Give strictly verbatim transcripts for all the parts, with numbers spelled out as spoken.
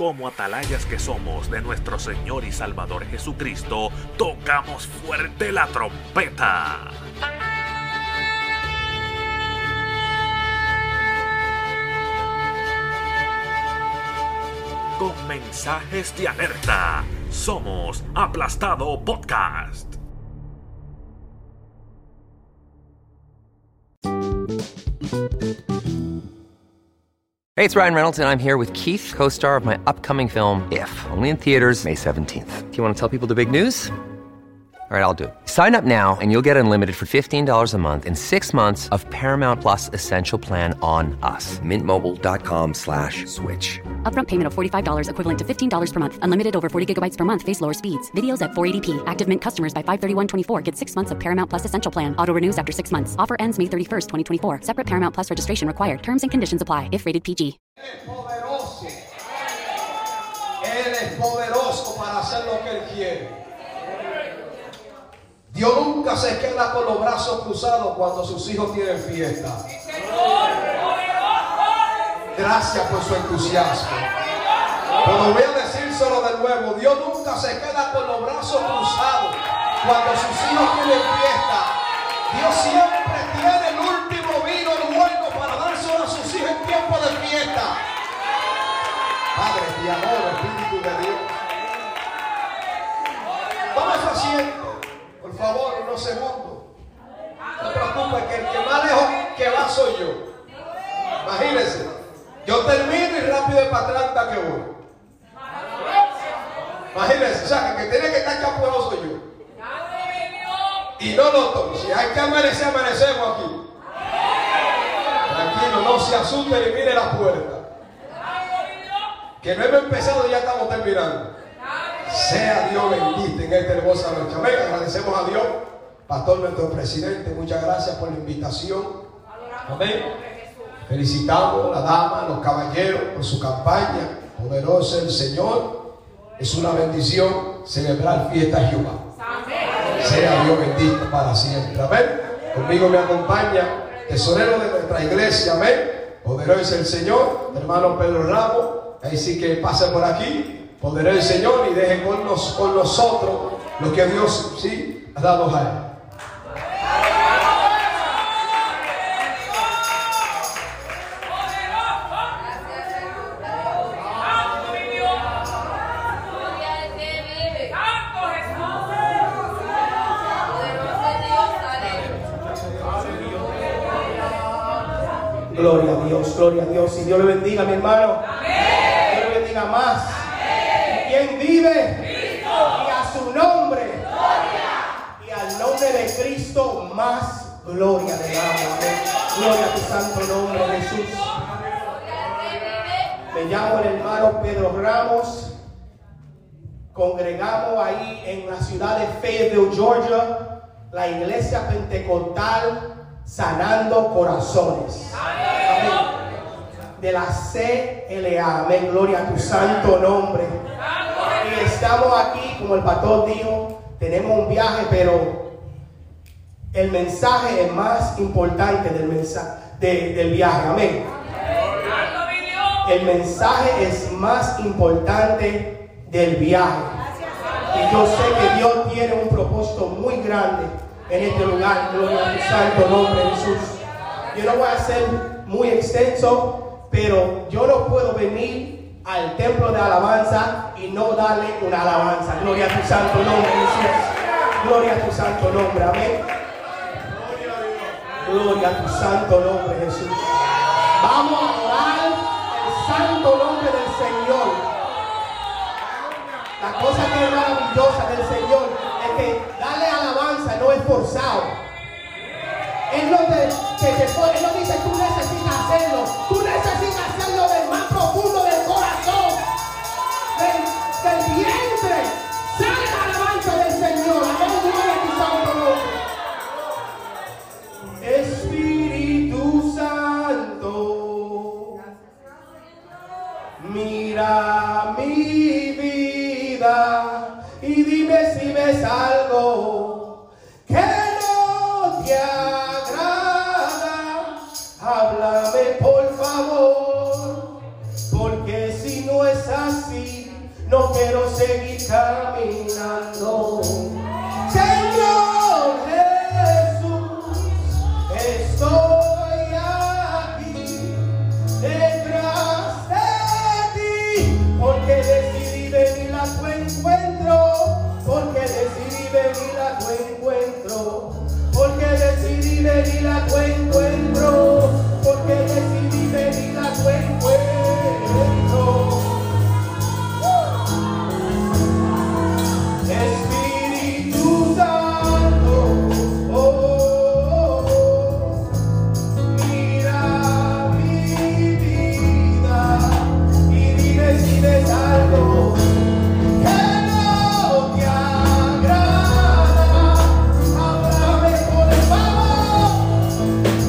Como atalayas que somos de nuestro Señor y Salvador Jesucristo, tocamos fuerte la trompeta. Con mensajes de alerta, somos Aplastado Podcast. Hey, it's Ryan Reynolds, and I'm here with Keith, co-star of my upcoming film, If, only in theaters May seventeenth. Do you want to tell people the big news? All right, I'll do it. Sign up now and you'll get unlimited for fifteen dollars a month and six months of Paramount Plus Essential Plan on us. Mint Mobile dot com slash switch. Upfront payment of forty-five dollars equivalent to fifteen dollars per month. Unlimited over forty gigabytes per month. Face lower speeds. Videos at four eighty p. Active Mint customers by five thirty-one twenty-four get six months of Paramount Plus Essential Plan. Auto renews after six months. Offer ends May thirty-first, twenty twenty-four. Separate Paramount Plus registration required. Terms and conditions apply if rated P G. Él es poderoso. Él es poderoso para hacer lo que Él quiere. Dios nunca se queda con los brazos cruzados cuando sus hijos tienen fiesta. Gracias por su entusiasmo. Pero voy a decírselo de nuevo. Dios nunca se queda con los brazos cruzados cuando sus hijos tienen fiesta. Dios siempre tiene el último vino, el bueno, para dárselo a sus hijos en tiempo de fiesta. Padre, te adoro, Espíritu de Dios. Toma su asiento. Por favor, unos segundos. No te preocupes, que el que más lejos que va soy yo. Imagínense, yo termino y rápido de para atrás hasta que voy. Imagínense, o sea, que el que tiene que estar capurado soy yo. Y no lo tomo. Si hay que amanecer, amanecemos aquí. Tranquilo, no se asusten y mire la puerta. Que no hemos empezado y ya estamos terminando. Sea Dios bendito en esta hermosa noche. Amén. Agradecemos a Dios, pastor, nuestro presidente. Muchas gracias por la invitación. Amén. Felicitamos a la dama, a los caballeros por su campaña. Poderoso el Señor. Es una bendición celebrar fiesta a Jehová. Sea Dios bendito para siempre. Amén. Conmigo me acompaña tesorero de nuestra iglesia. Amén. Poderoso es el Señor, hermano Pedro Ramos. Ahí sí que pase por aquí. Poderoso el Señor y deje con, nos, con nosotros lo que Dios sí ha dado a él. Gloria a Dios, gloria a Dios. Y Dios le bendiga, mi hermano. Amén. Dios le bendiga más. Amén. ¿Quién vive? Cristo. Y a su nombre. Gloria. Y al nombre de Cristo más gloria le damos. Amén. Gloria a tu santo nombre, Jesús. Me llamo el hermano Pedro Ramos. Congregamos ahí en la ciudad de Fayetteville, Georgia, la iglesia pentecostal Sanando Corazones. Amén. De la C L A. Amén. Gloria a tu santo nombre. Y estamos aquí, como el pastor dijo, tenemos un viaje, pero el mensaje es más importante del, mensaje, de, del viaje. Amén. El mensaje es más importante del viaje. Y yo sé que Dios tiene un propósito muy grande en este lugar. Gloria a tu santo nombre, Jesús. Yo no voy a ser muy extenso, pero yo no puedo venir al templo de alabanza y no darle una alabanza. Gloria a tu santo nombre, Jesús. Gloria a tu santo nombre, amén. Gloria a tu santo nombre, Jesús. Vamos a adorar el santo nombre del Señor. La cosa que es maravillosa del Señor es que darle alabanza no es forzado. Él no te, te, te pone, Él no dice tú necesitas hacerlo. Tú necesitas hacerlo del más profundo del corazón, del, del vientre. Sale la alabanza del Señor. Amén. Gloria a tu santo nombre. Espíritu Santo, mira mi vida y dime si ves algo que no te agrada. Háblame por favor, porque si no es así no quiero seguir caminando. Señor Jesús, estoy aquí detrás de ti, porque decidí venir a tu encuentro, porque decidí venir a tu encuentro, porque decidí venir a tu encuentro, porque decidí venir a tu encuentro. Espíritu Santo, oh, oh, oh, mira mi vida y dime si ves algo que no te agrada. Háblame con el favor.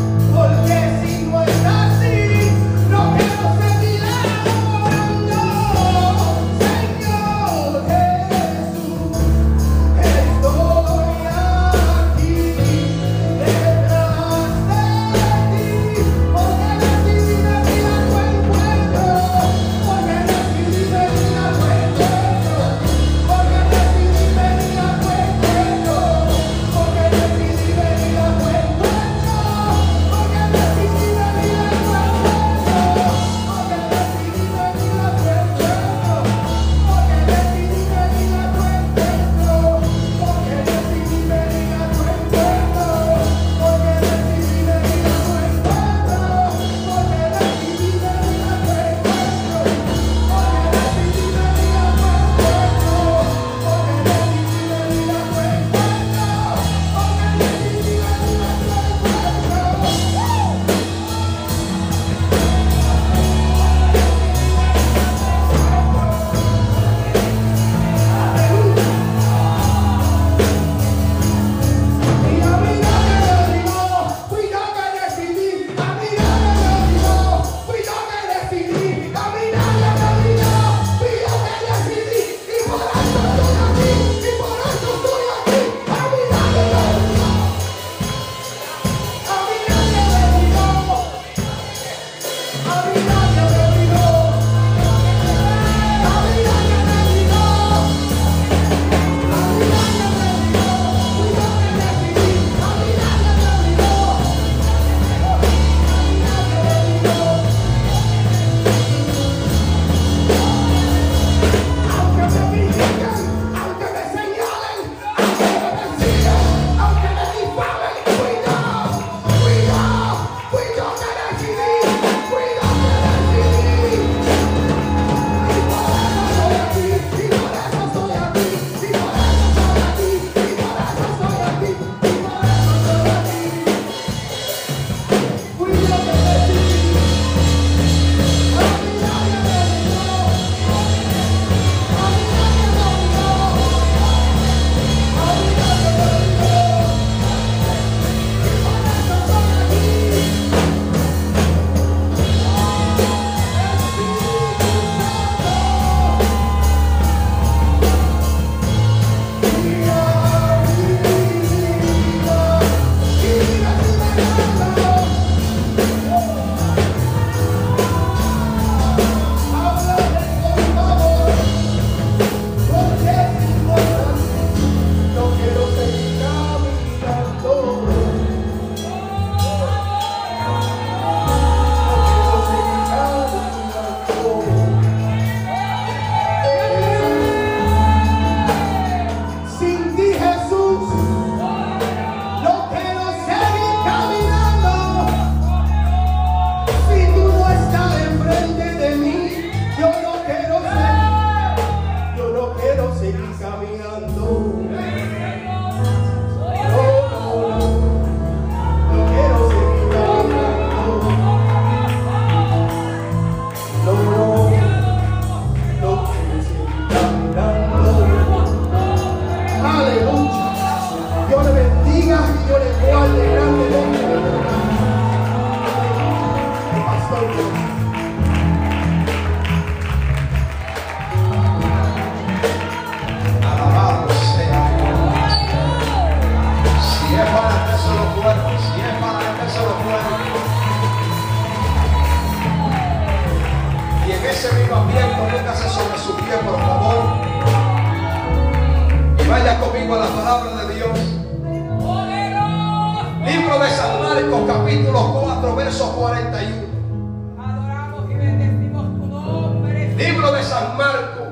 Marcos capítulo cuatro, verso cuarenta y uno. Adoramos y bendecimos tu nombre. Libro de San Marcos,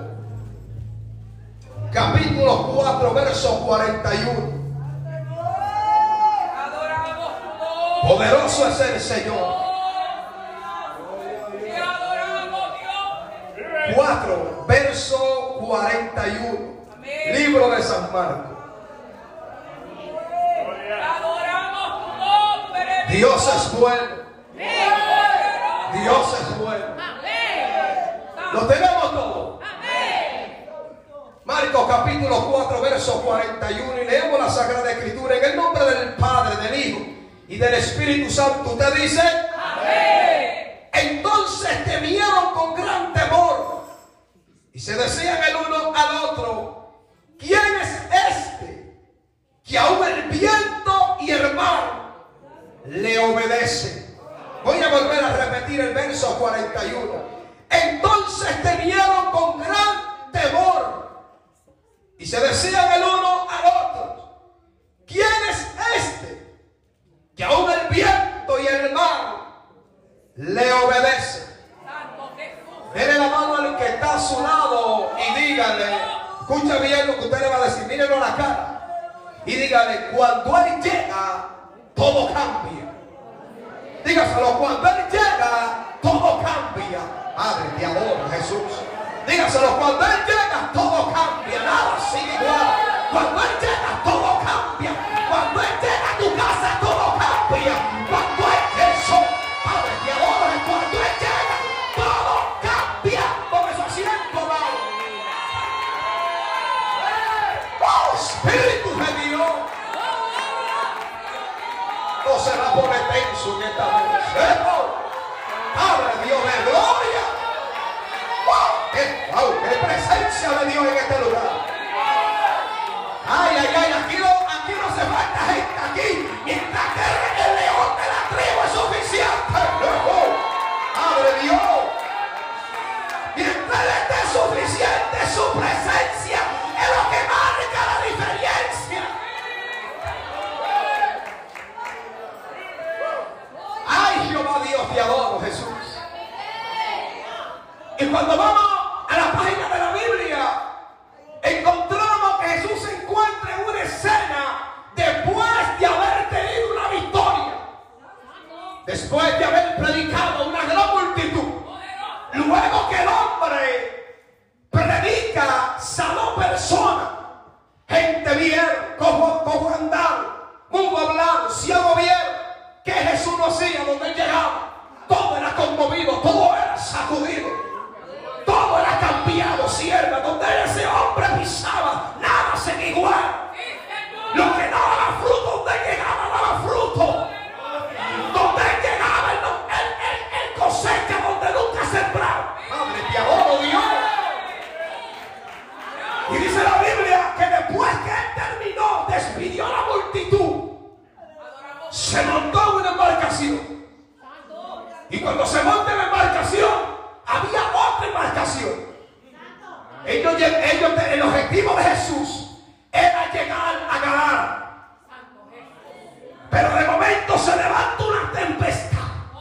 capítulo cuatro, verso cuarenta y uno. Adoramos tu nombre. Poderoso es el Señor. Te adoramos, Dios. cuatro, verso cuarenta y uno. Amén. Libro de San Marcos. Adoramos tu nombre. Dios es bueno. Dios es bueno. Lo tenemos todo. Marcos capítulo cuatro, verso cuarenta y uno. Y leemos la Sagrada Escritura en el nombre del Padre, del Hijo y del Espíritu Santo. Usted dice: amén. Entonces temieron con gran temor y se decían el uno al otro: ¿quién es este que aún el viento y el mar le obedecen? Voy a volver a repetir el verso cuarenta y uno. Entonces temieron con gran temor y se decían el uno al otro: ¿quién es este que aún el viento y el mar le obedecen? Santo Jesús. Dele la mano al que está a su lado y dígale, escucha bien lo que usted le va a decir, mírenlo a la cara y dígale: cuando Él llega, todo cambia. Dígaselo: cuando Él llega, todo cambia. Padre, te adoro, Jesús. Dígaselo: cuando Él llega, todo cambia, nada sigue igual. Cuando Él llega, todo cambia. Cuando Él llega a tu casa, todo cambia. Cuando Él llega, Padre, te adoro. Cuando Él llega, todo cambia. Por eso siento, hermano. ¡Oh, Espíritu de Dios! No se va a poner tenso en esta noche. Padre, Dios de gloria. ¡Wow! ¡Qué, wow! ¡Qué presencia de Dios en este lugar! ¡Ay, ay, ay! Aquí no, aquí no se falta gente. Aquí, mientras que el león de la tribu es suficiente. ¡Padre Dios! Mientras Él esté suficiente, su presencia es lo que marca la diferencia. ¡Ay, Jehová Dios, te adoro, Jesús! Y cuando vamos a la página de la Biblia, encontramos que Jesús se encuentra en una escena después de haber tenido una victoria, después de haber predicado a una gran multitud. Luego que el hombre predica, sanó personas, gente vieron, cojo, cojo andar, mundo hablar, ciego vieron. ¿Qué Jesús no hacía donde Él llegaba? Todo era conmovido, todo era sacudido, todo era cambiado, sierva. Donde ese hombre pisaba, nada seguía igual. Lo que daba fruto, donde llegaba, daba fruto. Donde Él llegaba, Él, no, él, él, él cosecha donde nunca sembraba. Padre, te adoro, Dios. Y dice la Biblia que después que Él terminó, despidió a la multitud, se montó en una embarcación. Y cuando se monta en la embarcación, había otra embarcación. Ellos, ellos, el objetivo de Jesús era llegar a Gadara. Pero de momento se levanta una tempestad.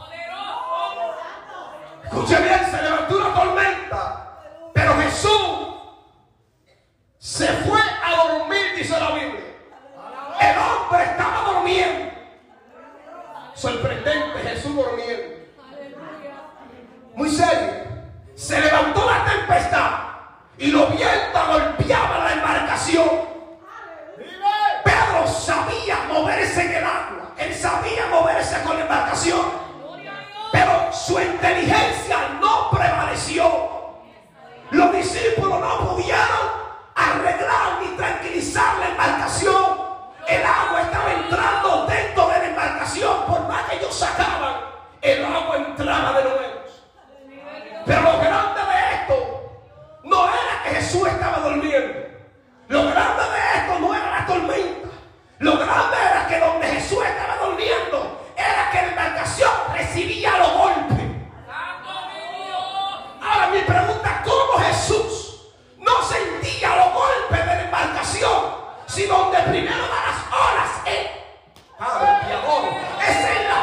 Escuche bien, se levantó una tormenta. Pero Jesús se fue a dormir, dice la Biblia. El hombre estaba durmiendo. Sorprendente, Jesús durmiendo. Muy serio. Se levantó la tempestad y los vientos golpeaban la embarcación. Pedro sabía moverse en el agua. Él sabía moverse con la embarcación. Pero su inteligencia no prevaleció. Los discípulos no pudieron arreglar ni tranquilizar la embarcación. El agua estaba entrando dentro de la embarcación. Por más que ellos sacaban, el agua entraba de nuevo. Pero lo grande de esto no era que Jesús estaba durmiendo. Lo grande de esto no era la tormenta. Lo grande era que donde Jesús estaba durmiendo era que la embarcación recibía los golpes. Ahora mi pregunta: ¿cómo Jesús no sentía los golpes de la embarcación? Si donde primero da las olas, Él, Padre, te adoro, es en la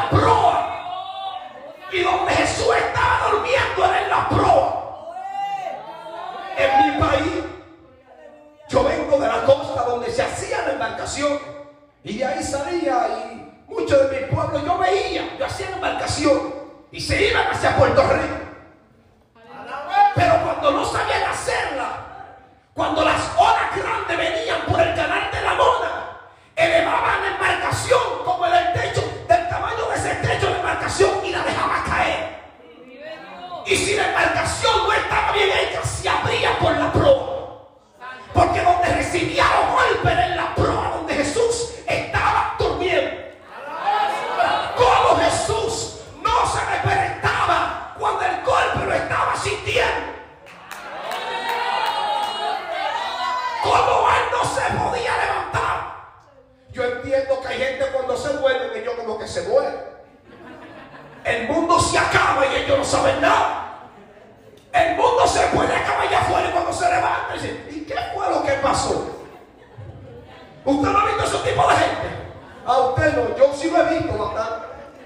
se hacían embarcaciones. Y de ahí salía, y muchos de mi pueblo yo veía, yo hacía embarcación y se iban hacia Puerto Rico. Pero cuando no sabían hacerla, cuando las olas grandes venían por el canal de la Mona, elevaban la embarcación como en el techo, del tamaño de ese techo de embarcación, y la dejaban caer. Y si la embarcación no estaba bien hecha, se abría por la proa. Porque donde recibía los golpes era en la proa donde Jesús estaba durmiendo. Como Jesús no se despertaba cuando el golpe lo estaba sintiendo. Como él no se podía levantar. Yo entiendo que hay gente cuando se duerme, que yo como que se muere. El mundo se acaba y ellos no saben nada. El mundo se puede acabar allá afuera, y cuando se levanta dice, ¿y qué fue lo que pasó? ¿Usted no ha visto ese tipo de gente? A usted no, yo sí lo he visto, ¿verdad?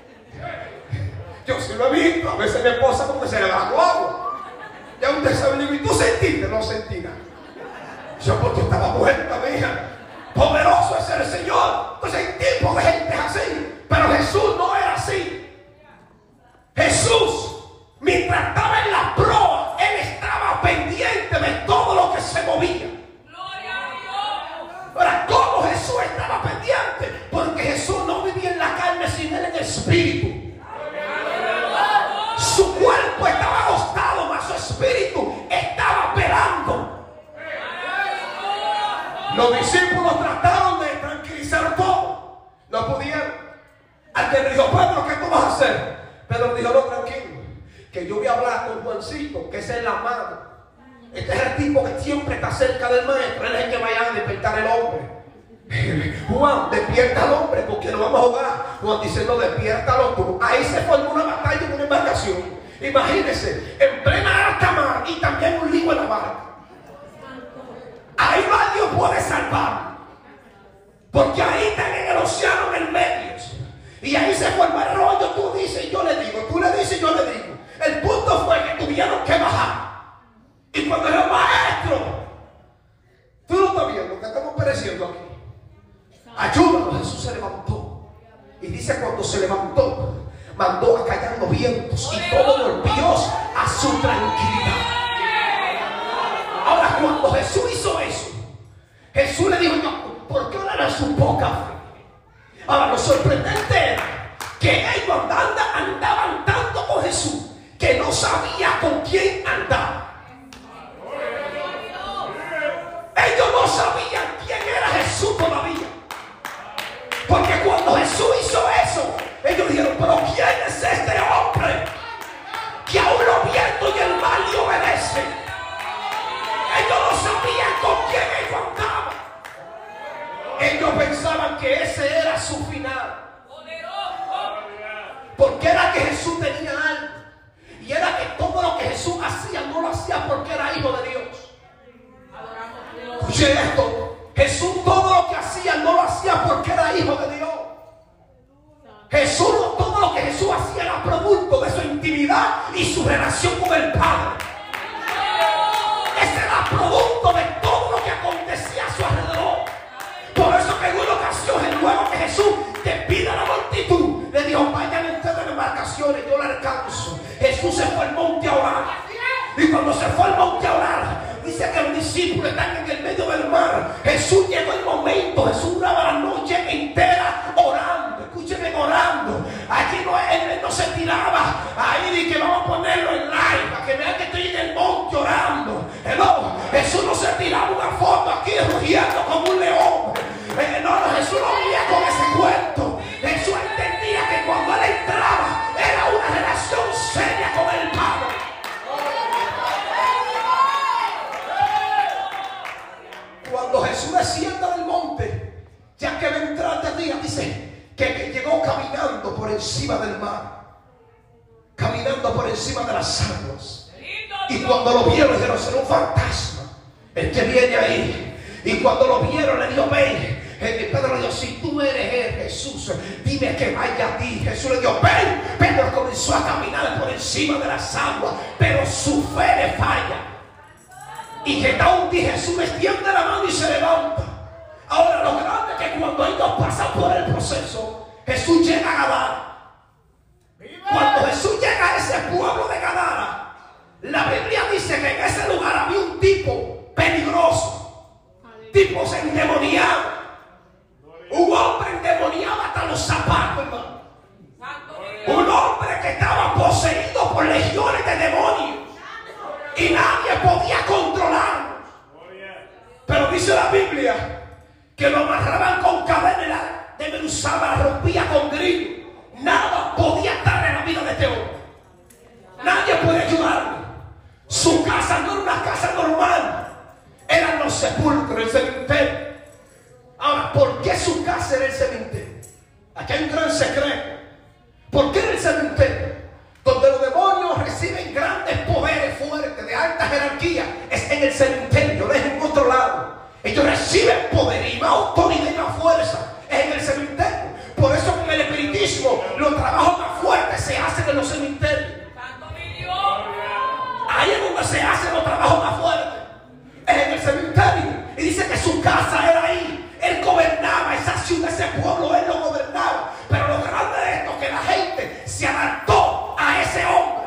Yo sí lo he visto. A veces mi esposa como que se le bajó agua. Ya usted sabe, digo, ¿y tú sentiste? No sentí nada. Yo porque estaba muerta, mi hija. Poderoso es el Señor. Entonces hay tipos de gente así. Pero Jesús no era así. Jesús, mientras estaba en la proa, él estaba pendiente de todo lo que se movía. Ahora, ¿cómo Jesús estaba pendiente? Porque Jesús no vivía en la carne, sino en el espíritu. Su cuerpo estaba acostado, mas su espíritu estaba velando. Los discípulos trataron de tranquilizar todo, no pudieron. Al que le dijo, Pedro, ¿qué tú vas a hacer? Pedro dijo, no, tranquilo, que yo voy a hablar con Juancito, que ese es la mano. Este es el tipo que siempre está cerca del maestro. Él es el que vaya a despertar el hombre. Juan, despierta al hombre porque lo vamos a jugar. Juan dice, no, despiértalo tú. Ahí se formó una batalla en una embarcación. Imagínense, en plena alta mar y también un lío en la barca. Ahí nadie puede salvar, porque ahí están en el océano en el medio. Y ahí se forma el rollo. Tú dices, yo le digo, tú le dices, yo le digo. El punto fue que tuvieron que bajar. Y cuando el maestro, tú no estás viendo que estamos pereciendo aquí. Ayúdanos. Jesús se levantó. Y dice, cuando se levantó, mandó a callar los vientos y todo volvió a su tranquilidad. Ahora, cuando Jesús hizo eso, Jesús le dijo, no, ¿por qué ahora era su poca fe? Ahora, lo sorprendente era que ellos andaban, andaban tanto con Jesús que no sabía con quién andar. Ellos no sabían quién era Jesús todavía. Porque cuando Jesús hizo eso, ellos dijeron, pero ¿quién es este hombre que aún lo viento y el mal le obedece? Ellos no sabían con quién ellos andaban. Ellos pensaban que ese era su final. Porque era que Jesús tenía algo. Y era que todo lo que Jesús hacía no lo hacía porque era hijo de Dios. Escuche esto. Jesús todo lo que hacía no lo hacía porque era hijo de Dios. Jesús, todo lo que Jesús hacía era producto de su intimidad y su relación con el Padre. Ese era producto de todo lo que acontecía a su alrededor. Por eso que en una ocasión, luego que Jesús despide a la multitud, le dijo, vayan ustedes en embarcaciones, yo le alcanzo. Jesús se fue al monte a orar. Y cuando se fue al monte a orar, dice que los discípulos están en el medio del mar. Jesús llegó el momento, Jesús duraba la noche entera orando. Escúchenme, orando. Aquí no, él no se tiraba ahí y que vamos a ponerlo en live para que vean que estoy en el monte orando. Hello. Jesús no se tiraba una foto aquí rugiendo como un león. Eh, no, no, Jesús no vivía con ese cuento. Jesús entendía que cuando él entraba era una relación seria con el Padre. Cuando Jesús desciende del monte, ya que va a entrar de día, dice que, que llegó caminando por encima del mar, caminando por encima de las aguas. Y cuando lo vieron, dijeron, será un fantasma el que viene ahí. Y cuando lo vieron, le dijo, ven. Pedro le dijo, si tú eres él, Jesús, dime que vaya a ti. Jesús le dijo, ven. Pedro comenzó a caminar por encima de las aguas, pero su fe le falla. Y que aún Jesús me extiende la mano y se levanta. Ahora pasa por el proceso, Jesús llega a Gadara. Cuando Jesús llega a ese pueblo de Gadara, la Biblia dice que en ese lugar había un tipo peligroso, tipos endemoniados, un hombre endemoniado hasta los zapatos, hermano. Un hombre que estaba poseído por legiones de demonios y nadie podía controlarlo. Pero dice la Biblia que lo amarraban con cadena de merusaba, la rompía con grillo. Nada podía estar en la vida de este hombre. Nadie puede ayudarlo. Su casa no era una casa normal, eran los sepulcros, el cementerio. Ahora, ¿por qué su casa era el cementerio? Aquí hay un gran secreto. ¿Por qué era el cementerio? Donde los demonios reciben grandes poderes fuertes, de alta jerarquía, es en el cementerio, no es en otro lado. Ellos reciben poder y más autoridad y más fuerza, es en el cementerio. Por eso con el espiritismo los trabajos más fuertes se hacen en los cementerios. Ahí es donde se hacen los trabajos más fuertes, es en el cementerio. Y dice que su casa era ahí. Él gobernaba esa ciudad, ese pueblo, él lo gobernaba. Pero lo grande de esto es que la gente se adaptó a ese hombre.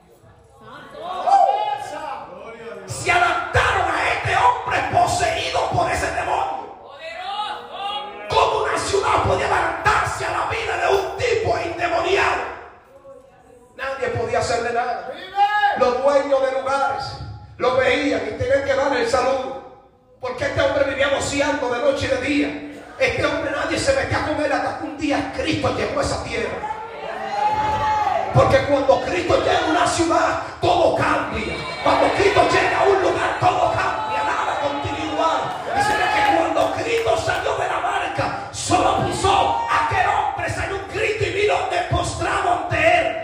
Se adaptaron a este hombre poseído por ese demonio. ¿Cómo una ciudad podía adaptarse a la vida de un tipo endemoniado? Nadie podía hacerle nada. Los dueños de lugares lo veían y tenían que darle el saludo, porque este hombre vivía goceando de noche y de día. Este hombre nadie se metía con él hasta que un día Cristo llegó a esa tierra. Porque cuando Cristo llega a una ciudad, todo cambia. Cuando Cristo llega a un lugar, todo cambia, nada continúa igual. Dice que cuando Cristo salió de la barca, solo pisó, aquel hombre salió un grito y vino postrado ante él.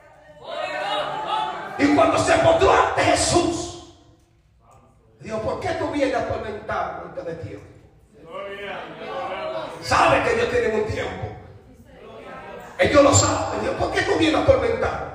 Y cuando se postró ante Jesús, dijo: ¿por qué tú vienes a atormentarme antes de tiempo? Sabe que Dios tiene un tiempo. Ellos lo saben. Dijo: ¿por qué tú vienes a atormentarme?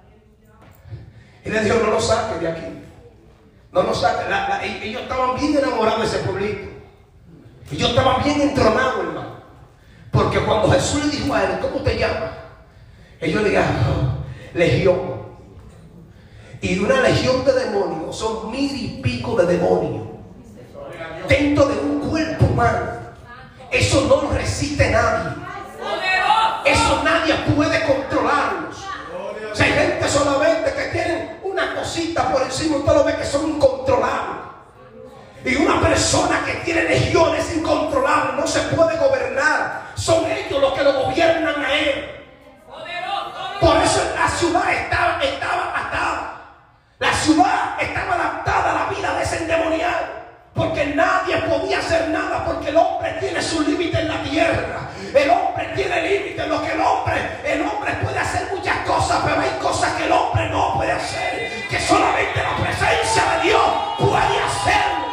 Y le dijo: no lo saques de aquí. No lo saques. La, la, ellos estaban bien enamorados de ese pueblito. Ellos estaban bien entronados, hermano. Porque cuando Jesús le dijo a él: ¿cómo te llamas? Ellos le dijeron: oh, legión. Y una legión de demonios son mil y pico de demonios dentro de un cuerpo humano. Eso no resiste nadie. Eso nadie puede controlarlos. O sea, hay gente solamente que tienen una cosita por encima, usted lo ve que son incontrolables. Y una persona que tiene legiones incontrolables no se puede gobernar. Son ellos los que lo gobiernan a él. Por eso la ciudad estaba, estaba atada. La ciudad estaba adaptada a la vida de ese endemoniado, porque nadie podía hacer nada, porque el hombre tiene su límite en la tierra. El hombre tiene límite en lo que el hombre, el hombre puede hacer muchas cosas, pero hay cosas que el hombre no puede hacer, que solamente la presencia de Dios puede hacerlo.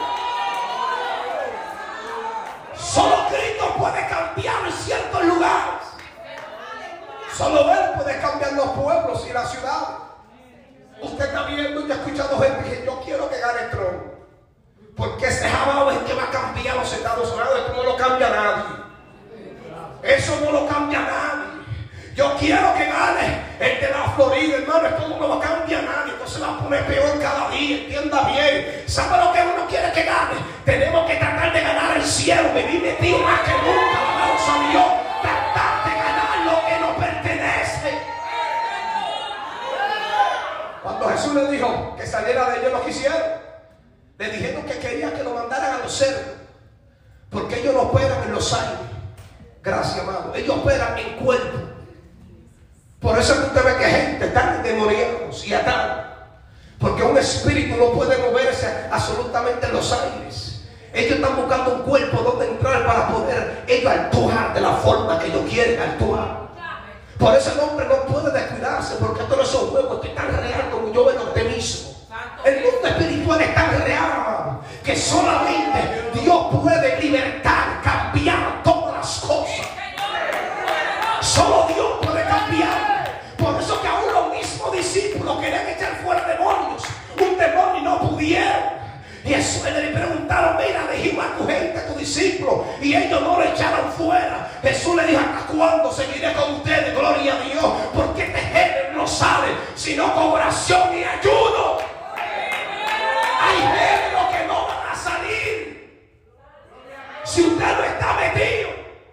Solo Cristo puede cambiar en ciertos lugares. Solo Él puede cambiar los pueblos y las ciudades. Usted está viendo y ha escuchado gente que yo quiero que gane Trump, porque ese jabao es el que va a cambiar los Estados Unidos. Esto no lo cambia nadie. Eso no lo cambia nadie. Yo quiero que gane el de la Florida, hermano. Esto no lo cambia nadie. Esto se va a poner peor cada día. Entienda bien. ¿Sabe lo que uno quiere que gane? Tenemos que tratar de ganar el cielo. Vivir metido más que nunca. Alabados a Dios. Tratar de ganar lo que nos pertenece. Cuando Jesús le dijo que saliera de ellos, lo quisieron. Le dijeron que querían que lo mandaran a los cerdos, porque ellos no operan en los aires. Gracias, amado. Ellos operan en cuerpo. Por eso es que usted ve que gente tan endemoniados y atados, porque un espíritu no puede moverse absolutamente en los aires. Ellos están buscando un cuerpo donde entrar para poder ellos actuar de la forma que ellos quieren actuar. Por eso el hombre no puede descuidarse, porque todos esos juegos que tan real como yo veo usted mismo. El mundo espiritual es tan real, amado, que solamente Dios puede libertar, cambiar todas las cosas. Solo Dios puede cambiar. Por eso que aún los mismos discípulos querían echar fuera demonios. Un demonio y no pudieron. Y Jesús le preguntaron, mira, dijimos a tu gente, a tu discípulo, y ellos no lo echaron fuera. Jesús le dijo, ¿hasta cuándo seguiré con ustedes? Gloria a Dios, porque este género no sale sino con oración y ayuno. Hay géneros que no van a salir si usted no está metido.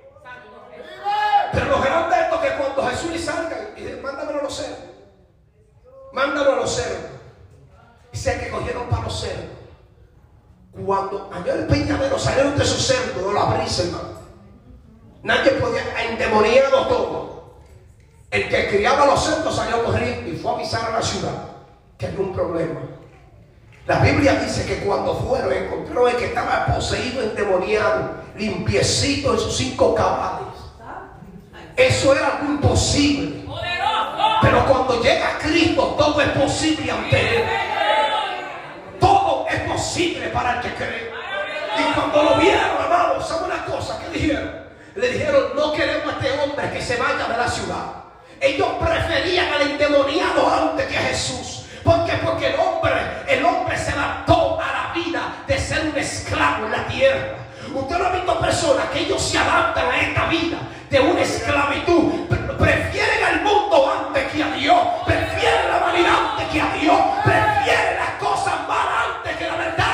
Pero lo grande es esto, que cuando Jesús le salga y dice, mándamelo a los cerdos, mándalo a los cerdos. Dice que cogieron para los cerdos. Cuando allá el peñadero salieron de esos cerdos, de la brisa, hermano, nadie podía, endemoniado todo. El que criaba los cerdos salió corriendo y fue a avisar a la ciudad que había un problema. La Biblia dice que cuando fueron, encontraron el que estaba poseído, endemoniado, limpiecito en sus cinco cabales. Eso era algo imposible. Pero cuando llega Cristo, todo es posible ante Él. Todo es posible para el que cree. Y cuando lo vieron, amados, ¿saben una cosa que dijeron? Le dijeron, no queremos a este hombre que se vaya de la ciudad. Ellos preferían al endemoniado antes que a Jesús. ¿Por qué? Porque el hombre, el hombre se adaptó a la vida de ser un esclavo en la tierra. Usted no ha visto personas que ellos se adaptan a esta vida de una esclavitud. Prefieren al mundo antes que a Dios. Prefieren la vanidad antes que a Dios. Prefieren las cosas malas antes que la verdad.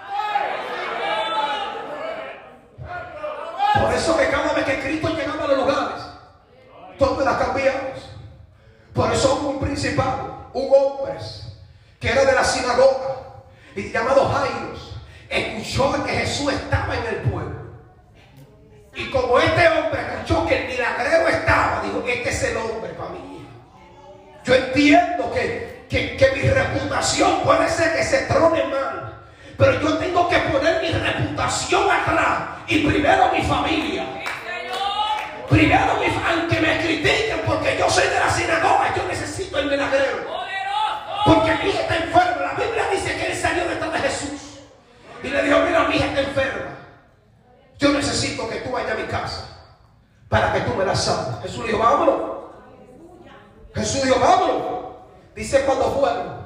Por eso que cada vez que Cristo llegaba a los lugares, todos las cambiamos. Por eso hubo un principal, un hombre que era de la sinagoga y llamado Jairo, escuchó que Jesús estaba en el pueblo. Y como este hombre escuchó que el milagrero estaba, dijo, este es el hombre para mi hija. Yo entiendo que, que, que mi reputación puede ser que se trone mal, pero yo tengo que poner mi reputación atrás y primero mi familia. Primero mi, aunque me critiquen porque yo soy de la sinagoga, yo necesito el milagrero. Porque mi hija está enferma. La Biblia dice que él salió detrás de Jesús y le dijo, mira, mi hija está enferma. Yo necesito que tú vayas a mi casa para que tú me la sanes. Jesús le dijo, vámonos. Jesús dijo, vámonos. Dice cuando fueron,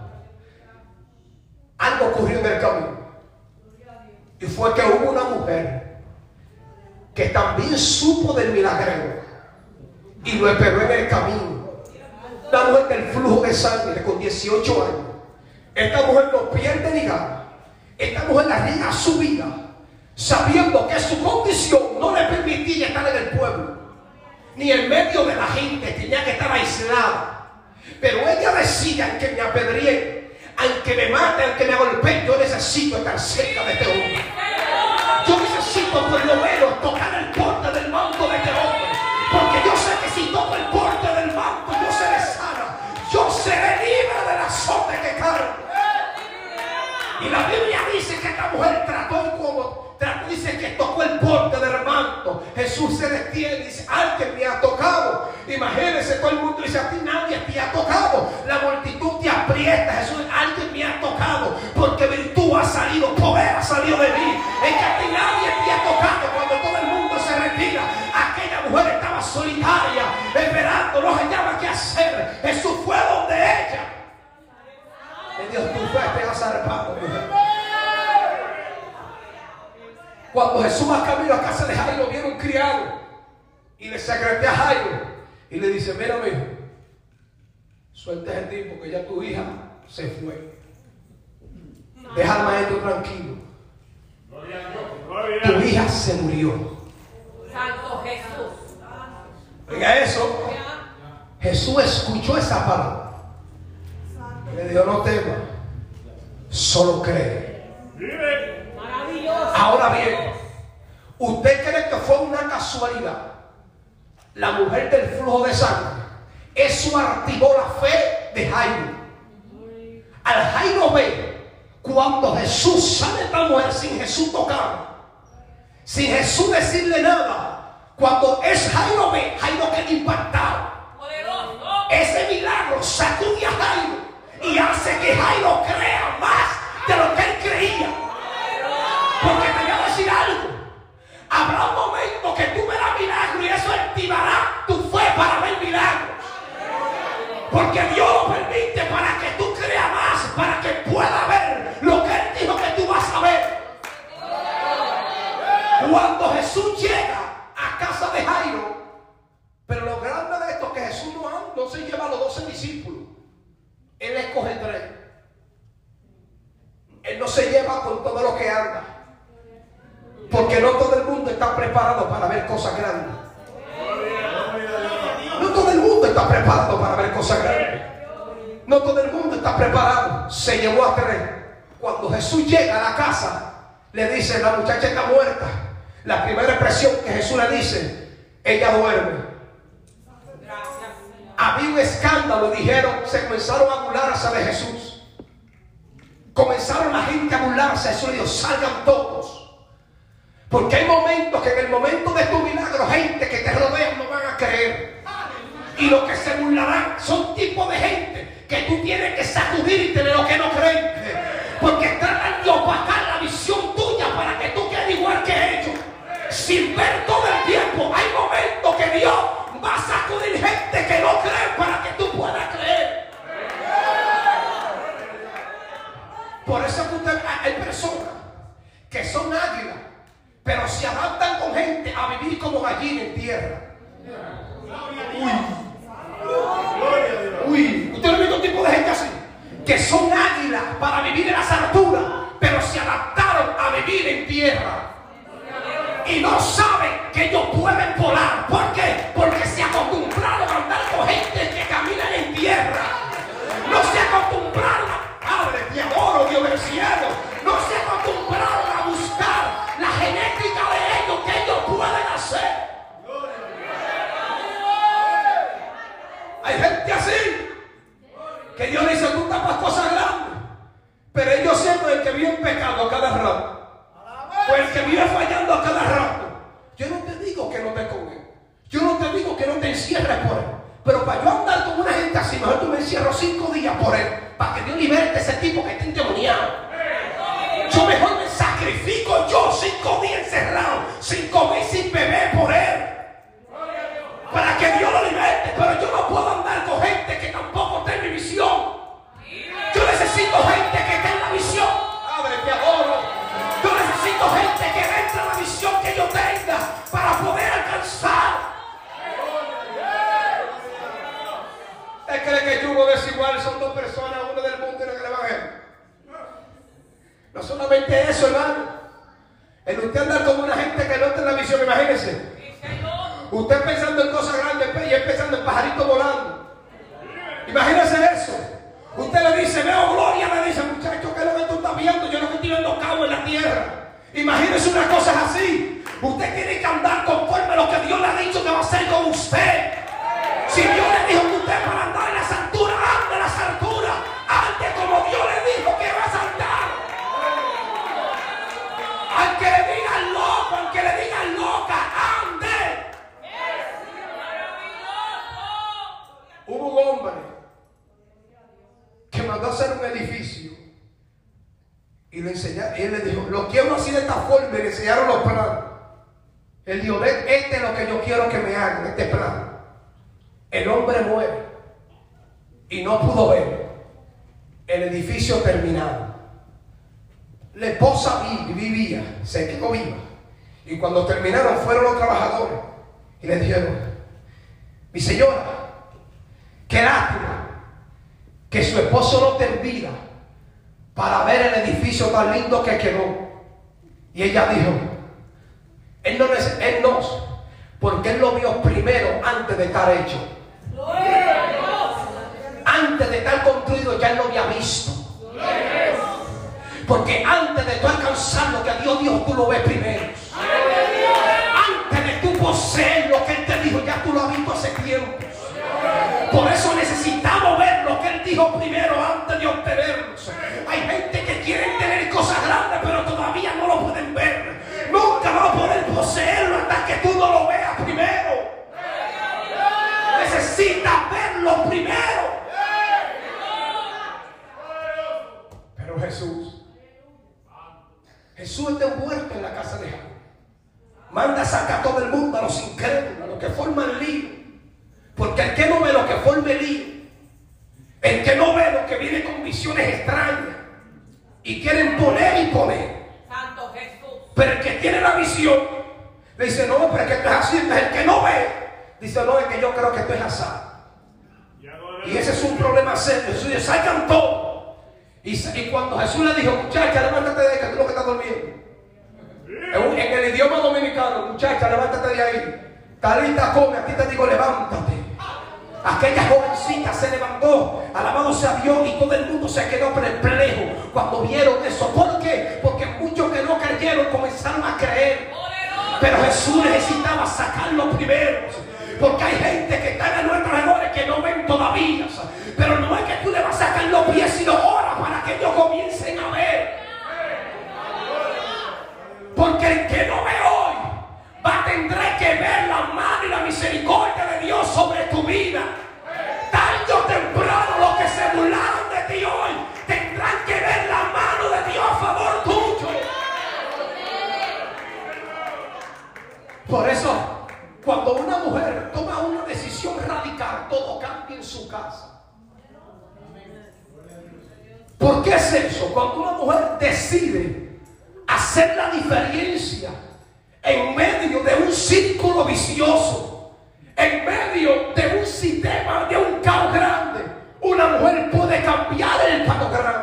algo ocurrió en el camino. Y fue que hubo una mujer que también supo del milagrero y lo esperó en el camino. Una mujer del flujo de sangre con dieciocho años. Esta mujer no pierde ni gana. Esta mujer la arriesga su vida, sabiendo que su condición no le permitía estar en el pueblo, ni en medio de la gente, tenía que estar aislada. Pero ella decía, aunque me apedreen, aunque me maten, aunque me golpeen, yo necesito estar cerca de este hombre. Yo necesito por lo menos tocar el borde del manto de este hombre, porque yo sé que si toco el borde del manto, yo seré sana, yo seré libre del azote que cargo. Y la Biblia dice que esta mujer trató como trató, dice que tocó el borde del manto. Jesús se detiene y dice, alguien me ha tocado. Imagínense, todo el mundo dice, a ti nadie te ha tocado. La multitud te aprieta. Jesús, alguien me ha tocado, porque virtud ha salido, poder ha salido de mí. Es que a ti nadie te ha tocado. Cuando todo el mundo se retira, aquella mujer estaba solitaria, esperando, no hallaba qué hacer. Jesús fue donde ella. Y Dios, tu fe te ha zarpado, mujer. Cuando Jesús va camino a casa de Jairo, viene un criado y le secrete a Jairo y le dice, mira, mijo, suelta ese tipo que ya tu hija se fue. Deja al maestro tranquilo. Tu hija se murió. Santo Jesús. Oiga eso. Jesús escuchó esa palabra. Le dijo, no temas, solo cree. Maravilloso. Ahora bien, ¿usted cree que fue una casualidad? La mujer del flujo de sangre, eso activó la fe de Jairo. Al Jairo ve, cuando Jesús sale de la mujer sin Jesús tocar, sin Jesús decirle nada, cuando es Jairo ve, Jairo queda impactado. Ese milagro sacude a Jairo y hace que Jairo crea más de lo que él creía. Porque te voy a decir algo, habrá un momento que tú verás milagro y eso activará tu fe para ver milagros. Porque Dios lo permite para que tú creas más, para que pueda ver lo que Él dijo que tú vas a ver. que anda. Porque no todo el mundo está preparado para ver cosas grandes. No todo el mundo está preparado para ver cosas grandes. No todo el mundo está preparado. Se llevó a tres. Cuando Jesús llega a la casa, le dice, la muchacha está muerta. La primera expresión que Jesús le dice, ella duerme. Había un escándalo, dijeron, se comenzaron a burlarse de Jesús. Comenzaron la gente a burlarse. Jesús le dijo, salgan todos. Porque hay momentos que en el momento de tu milagro, gente que te rodean no van a creer. Y los que se burlarán son tipos de gente que tú tienes que sacudirte de lo que no creen. Porque tratan de opacar la visión tuya para que tú quedes igual que ellos. Sin ver todo el tiempo. Hay momentos que Dios va a sacudir gente que no cree para que tú puedas creer. Por eso que usted, hay personas que son águilas, pero se adaptan con gente a vivir como gallina en tierra. Uy. Uy. ¿Usted no ha visto un tipo de gente así? Que son águilas para vivir en las alturas, pero se adaptaron a vivir en tierra. Y no saben que ellos pueden volar. ¿Por qué? Porque se acostumbraron a andar con gente que caminan en tierra. No se acostumbraron a, Padre, te adoro, Dios del cielo. No se acostumbraron a buscar la genética de ellos que ellos pueden hacer. Hay gente así que Dios dice, tú tapas cosas grandes, pero ellos siempre el que vive en pecado a cada rato. O el que vive fallando a cada rato. Yo no te digo que no te comes. Yo no te digo que no te encierres por él. Pero para yo andar con una gente así, mejor tú me encierro cinco días por él. Para que Dios liberte a ese tipo que está endemoniado. Yo mejor me sacrifico yo cinco días encerrado, sin comer, sin beber por él. Para que Dios lo liberte. Pero yo no puedo andar con gente que tampoco está en mi visión. Yo necesito gente que esté en la visión. Padre, te adoro. Yo necesito gente que entre en la visión que yo tenga para poder alcanzar. ¿Usted cree que el yugo desigual son dos personas, uno del mundo y uno del evangelio? No solamente eso, hermano. El usted andar con una gente que no está en la visión, imagínese. Usted pensando en cosas grandes y él pensando en pajaritos volando. Imagínese eso. Usted le dice, veo gloria, le dice, muchacho, ¿qué es lo que tú estás viendo? Yo lo que estoy viendo cabo en la tierra. Imagínese unas cosas así. Usted tiene que andar conforme a lo que Dios le ha dicho que va a hacer con usted. Si Dios le dijo que usted para andar en las alturas, ande en las alturas. Ande como Dios le dijo que vas a andar. Al que le digan loco, al que le digan loca, ande. Hubo un hombre que mandó a hacer un edificio y le enseñaron, y él le dijo, lo quiero así de esta forma, y le enseñaron los planos. Él dijo, este es lo que yo quiero que me hagan, este plan. El hombre muere y no pudo ver el edificio terminado. La esposa vivía, se quedó viva, y cuando terminaron fueron los trabajadores y le dijeron, mi señora, qué lástima que su esposo no esté en vida para ver el edificio tan lindo que quedó. Y ella dijo, él no, él no, porque él lo vio primero antes de estar hecho. Antes de estar construido ya él lo había visto. Porque antes de tú alcanzar lo que Dios dijo, tú lo ves primero. Antes de tú poseer lo que Él te dijo, ya tú lo has visto hace tiempo. Por eso necesitamos ver lo que Él dijo primero antes de obtenerlos. Hay gente que quiere tener cosas grandes, pero todavía no lo pueden ver. Nunca van a poder poseerlo hasta que tú no lo veas primero. Necesitas verlo primero. Pero Jesús, Jesús está envuelto en la casa de Jacob. Manda a sacar a todo el mundo, a los incrédulos, a los que forman lío. Porque el que no ve lo que forma lío, el que no ve lo que viene con visiones extrañas y quieren poner y poner. Santo Jesús. Pero el que tiene la visión le dice, no, pero es que esto es así. Entonces el que no ve dice, no, es que yo creo que esto es así. Y ese es un problema serio. Jesús dice, salgan todos. Y, y cuando Jesús le dijo, muchacha, levántate de ahí, que tú lo que estás durmiendo. Talita, come. A ti te digo, levántate. Aquella jovencita se levantó, alabado sea Dios, y todo el mundo se quedó perplejo cuando vieron eso. ¿Por qué? Porque muchos que no creyeron comenzaron a creer. Pero Jesús necesitaba sacarlo primero. Porque hay gente que está en nuestros alrededores que no ven todavía. Pero no es que tú le vas a sacar los pies, sino ora para que ellos comiencen a ver. Porque el que no ve hoy va a tener que ver la mano y la misericordia de Dios sobre tu vida. Tarde o temprano los que se burlaron de ti hoy tendrán que ver la mano de Dios a favor tuyo. Por eso, cuando una mujer toma una decisión radical, todo cambia en su casa. ¿Por qué es eso? Cuando una mujer decide hacer la diferencia en medio de un círculo vicioso, en medio de un sistema, de un caos grande, una mujer puede cambiar el panorama.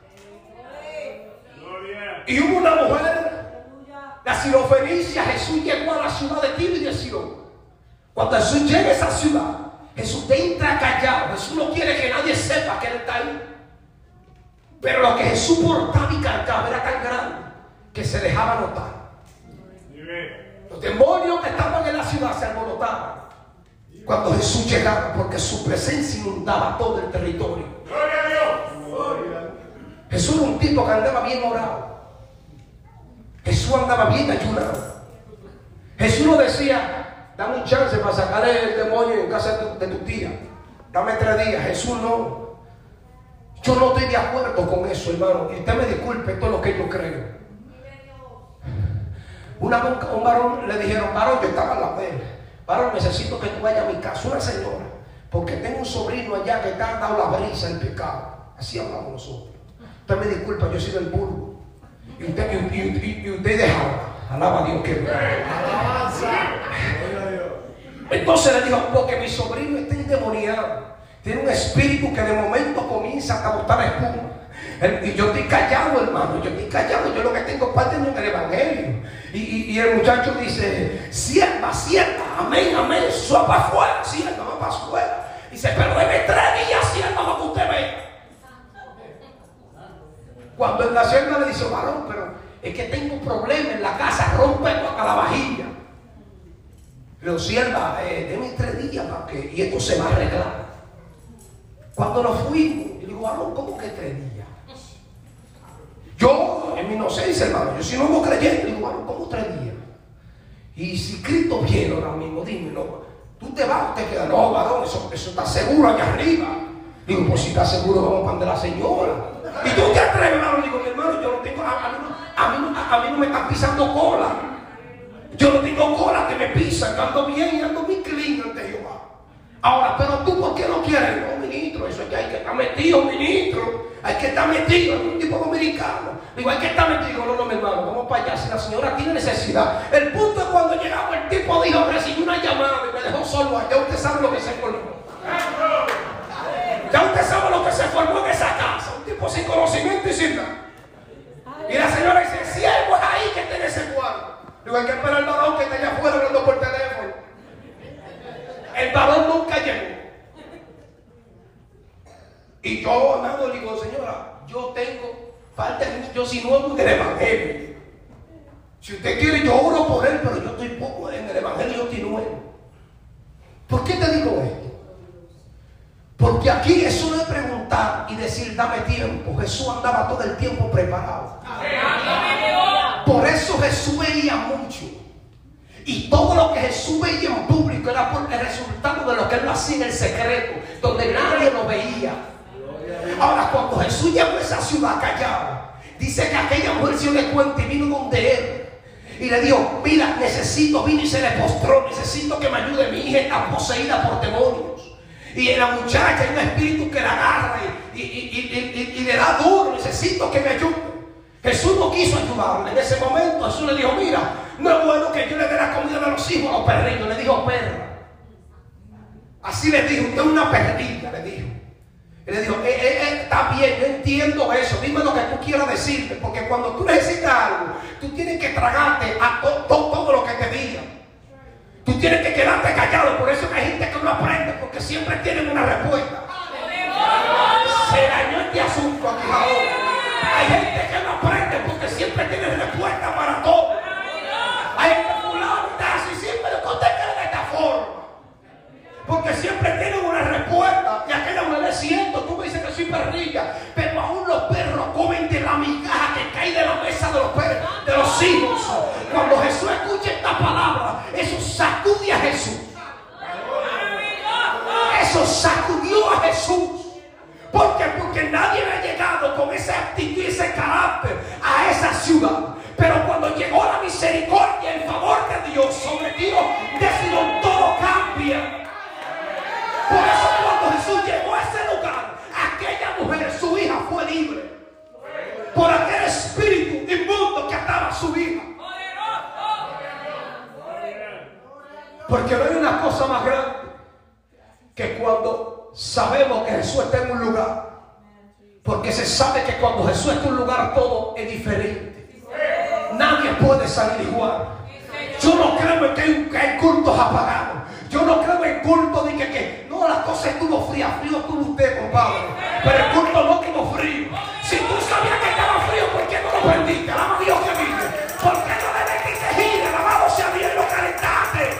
Y hubo una mujer, la Sirofenicia. Jesús llegó a la ciudad de Tiro y de Sidón. Cuando Jesús llega a esa ciudad, Jesús entra callado. Jesús no quiere que nadie sepa que él está ahí. Pero lo que Jesús portaba y cargaba era tan grande que se dejaba notar. Los demonios que estaban en la ciudad se alborotaban cuando Jesús llegaba, porque su presencia inundaba todo el territorio. ¡Gloria a Dios! Jesús era un tipo que andaba bien orado. Jesús andaba bien ayunado. Jesús no decía, dame un chance para sacar el demonio en casa de tu, de tu tía. Dame tres días. Jesús no. Yo no estoy de acuerdo con eso, hermano. Y usted me disculpe, esto es lo que yo creo. Una, un varón le dijeron, varón, yo estaba en la vela. Varón, necesito que tú vayas a mi casa, una señora, porque tengo un sobrino allá que está dado la brisa en pecado. Así hablamos nosotros. Usted me disculpa, yo soy del Burgo. Y usted, y, y, y, y usted dejaba. Alaba a Dios que entonces le dijo, porque mi sobrino está endemoniado. Tiene un espíritu que de momento comienza a botar espuma. Y yo estoy callado, hermano. Yo estoy callado. Yo lo que tengo parte en el evangelio. Y, y, y el muchacho dice, sierva, sierva, amén, amén. Eso va para afuera, sierva, va para afuera. Dice, pero debe tres días, sierva, para que usted vea. Cuando la sierva le dice, varón, pero es que tengo un problema en la casa, rompe toda la vajilla. Le digo, sierva, eh, deme tres días para que, y esto se va a arreglar. Cuando nos fuimos, yo digo, varón, ¿cómo que tres días? Yo, en mi inocencia, hermano, yo si no me creyente, digo, varón, ¿cómo tres días? Y si Cristo viene ahora mismo, dímelo, tú te vas o te quedas. No, varón, eso, eso está seguro allá arriba. Digo, pues si está seguro, vamos para donde la señora. Y tú te atreves, hermano. Digo, mi hermano, yo no tengo, a, a, mí, a, mí, a, a mí no me están pisando cola. Yo no tengo cola que me pisan. Yo ando bien y ando muy clean ante Jehová. Ahora, pero tú, ¿por qué no quieres? No, ministro, eso es que hay que estar metido, ministro. Hay que estar metido, es un tipo dominicano. Digo, hay que estar metido. No, no, mi hermano, vamos para allá. Si la señora tiene necesidad. El punto es cuando llegamos, el tipo dijo, recibió una llamada y me dejó solo allá. Usted sabe lo que se formó. Ya usted sabe lo que se formó en esa casa. Un tipo sin conocimiento y sin nada. Y la señora dice, siervo es ahí que tiene ese cuadro. Digo, hay que esperar al varón que está allá afuera hablando por teléfono. El varón nunca llegó. Y yo, amado, le digo, señora, yo tengo parte, yo si nuevo en el evangelio. Si usted quiere, yo oro por él, pero yo estoy poco en el evangelio, yo estoy nuevo. ¿Por qué te digo esto? Porque aquí eso no es preguntar y decir, dame tiempo. Jesús andaba todo el tiempo preparado. Por eso Jesús veía mucho. Y todo lo que Jesús veía en público era por el resultado de lo que él hacía en el secreto, donde nadie lo veía. Ahora, cuando Jesús llegó a esa ciudad callado, dice que aquella mujer se dio cuenta y vino donde él. Y le dijo, mira, necesito, vino y se le postró, necesito que me ayude, mi hija está poseída por demonios. Y la muchacha hay un espíritu que la agarra y, y, y, y, y, y le da duro, necesito que me ayude. Jesús no quiso ayudarle. En ese momento Jesús le dijo, mira, no es bueno que yo le dé la comida de los hijos a los perritos. Le dijo, perra. Así le dijo, usted es una perrita, le dijo. Y le dijo, eh, eh, eh, está bien, yo entiendo eso, dime lo que tú quieras decirme, porque cuando tú necesitas algo, tú tienes que tragarte a to, to, todo lo que te digan. Tú tienes que quedar quédate callado. Por eso que hay gente que no aprende, porque siempre tienen una respuesta. Se dañó este asunto aquí ahora. Hay gente que no aprende porque siempre tiene respuesta para todo. Hay gente fulano y siempre le contestan de esta forma, porque siempre tienen una respuesta. Y aquella mujer es cierto, tú me dices que soy perrilla, pero aún los perros comen de la migaja que cae de la mesa de los perros, de los hijos. Cuando Jesús escucha esta palabra, eso sacude a Jesús. Eso sacudió a Jesús. ¿Por qué? Porque nadie había llegado con esa actitud y ese carácter a esa ciudad. Pero cuando llegó la misericordia y el favor de Dios sobre Dios, decidió todo cambia. Por eso cuando Jesús llegó a ese lugar, aquella mujer, su hija, fue libre por aquel espíritu inmundo que ataba a su hija. Porque no hay una cosa más grande que cuando sabemos que Jesús está en un lugar. Porque se sabe que cuando Jesús está en un lugar todo es diferente. Nadie puede salir igual. Yo no creo en que hay, que hay cultos apagados. Yo no creo en culto de que, que no, la cosa estuvo fría. Frío tuvo usted, compadre, pero el culto no estuvo frío. Si tú sabías que estaba frío, ¿por qué no lo prendiste? Alaba a Dios que vive. ¿Por qué no le metiste gira? Alabado sea Dios y lo calentaste.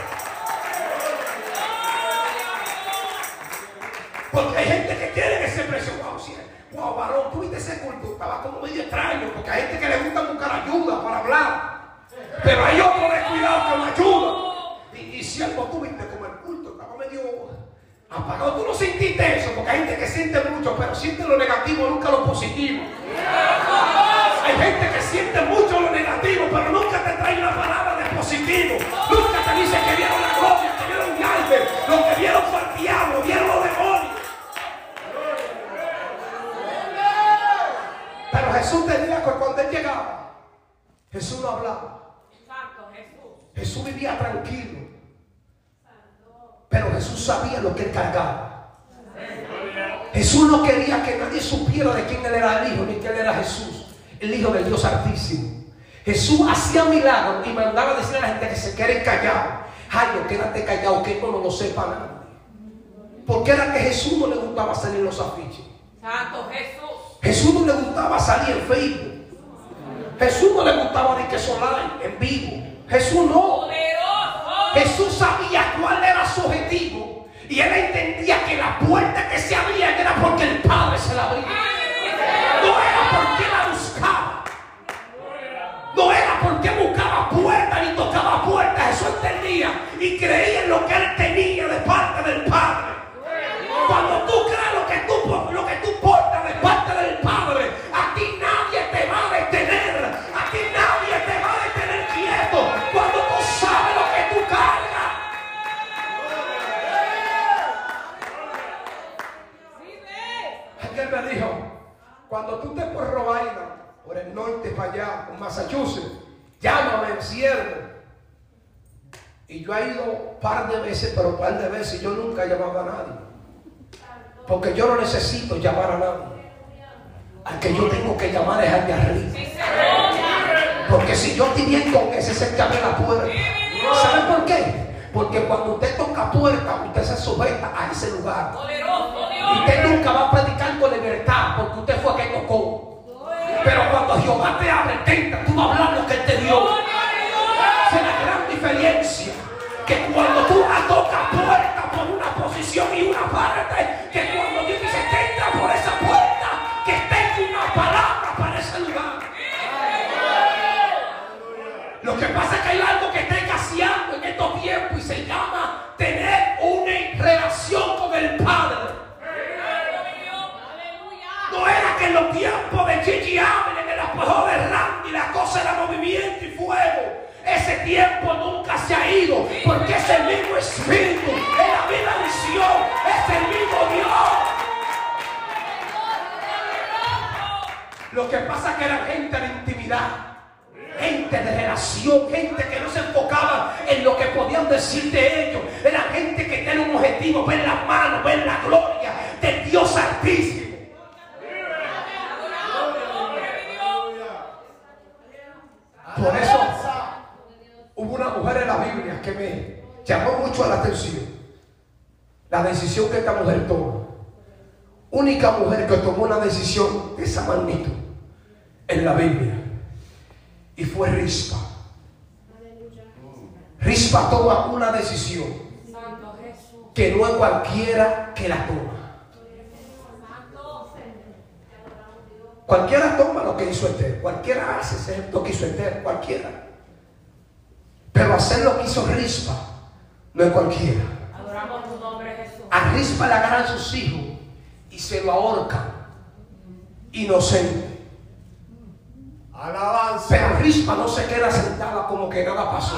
Porque hay gente que tiene ese precio. Wow, si wow, varón, tú viste ese culto, estaba como medio extraño, porque hay gente que le gusta buscar ayuda para hablar, pero hay otros descuidados que no ayudan. Y, y siervo, tú viste como el culto estaba medio apagado. Tú no sentiste eso, porque hay gente que siente mucho, pero siente lo negativo, nunca lo positivo. Hay gente que siente mucho lo negativo, pero nunca te trae una palabra de positivo. Nunca te dice que vieron la gloria, que vieron un ángel, lo que vieron fue el diablo, vieron los demonios. Pero Jesús tenía que cuando él llegaba, Jesús no hablaba. Jesús vivía tranquilo. Pero Jesús sabía lo que él cargaba. Jesús no quería que nadie supiera de quién él era el hijo, ni que él era Jesús, el hijo del Dios Altísimo. Jesús hacía milagros y mandaba a decir a la gente que se queden callados. Ay, no, quédate callado, que esto no lo sepa nadie. Porque era que Jesús no le gustaba salir en los afiches. Santo Jesús. Jesús no le gustaba salir en Facebook. Jesús no le gustaba ni que solar en vivo. Jesús no. Jesús sabía cuál era su objetivo. Y él entendía que la puerta que se abría era porque el Padre se la abría. No era porque la buscaba. No era porque buscaba puertas ni tocaba puertas. Jesús entendía y creía en lo que él tenía de parte del Padre. Cuando tú crees lo que tú, lo que tú portas de parte del Padre, a ti nadie te va a detener. A ti nadie te va a detener quieto. Cuando tú sabes lo que tú cargas. Alguien me dijo, cuando tú estés por Rhode Island, por el norte para allá, por Massachusetts, llámame, siervo. Y yo he ido un par de veces, pero un par de veces yo nunca he llamado a nadie. Porque yo no necesito llamar a nadie. Al que yo tengo que llamar es al de arriba. Porque si yo estoy bien con ese, se que abre la puerta. ¿Saben por qué? Porque cuando usted toca puerta, usted se sujeta a ese lugar. Y usted nunca va a predicar con libertad, porque usted fue que tocó. Pero cuando Jehová te abre, tenta, tú vas a hablar lo que él te dio. Esa es la gran diferencia. Que cuando tú tocas puerta por una posición y una parte, que cuando Dios dice que entra por esa puerta, que tenga una palabra para ese lugar. Lo que pasa es que hay algo que está escaseando en estos tiempos y se llama tener una relación con el Padre. No era que en los tiempos de Gigi Allen, en el apogeo de Randy, la cosa era movimiento y fuego. Ese tiempo nunca se ha ido, porque es el mismo Espíritu, es la misma visión, es el mismo Dios. Lo que pasa es que era gente de intimidad, gente de relación, gente que no se enfocaba en lo que podían decir de ellos. Era gente que tenía un objetivo, ver las manos, ver la gloria del Dios Altísimo. Por eso hubo una mujer en la Biblia que me llamó mucho la atención la decisión que esta mujer tomó. Única mujer que tomó una decisión de esa magnitud en la Biblia, y fue Rispa. Rispa toma una decisión que no es cualquiera que la toma. Cualquiera toma lo que hizo Esther, cualquiera hace lo que hizo Esther, cualquiera. Pero hacer lo que hizo Rispa no es cualquiera. Adoramos tu nombre, Jesús. A Rispa le agarran sus hijos y se lo ahorcan, inocente. Alabanza. Pero Rispa no se queda sentada como que nada pasó.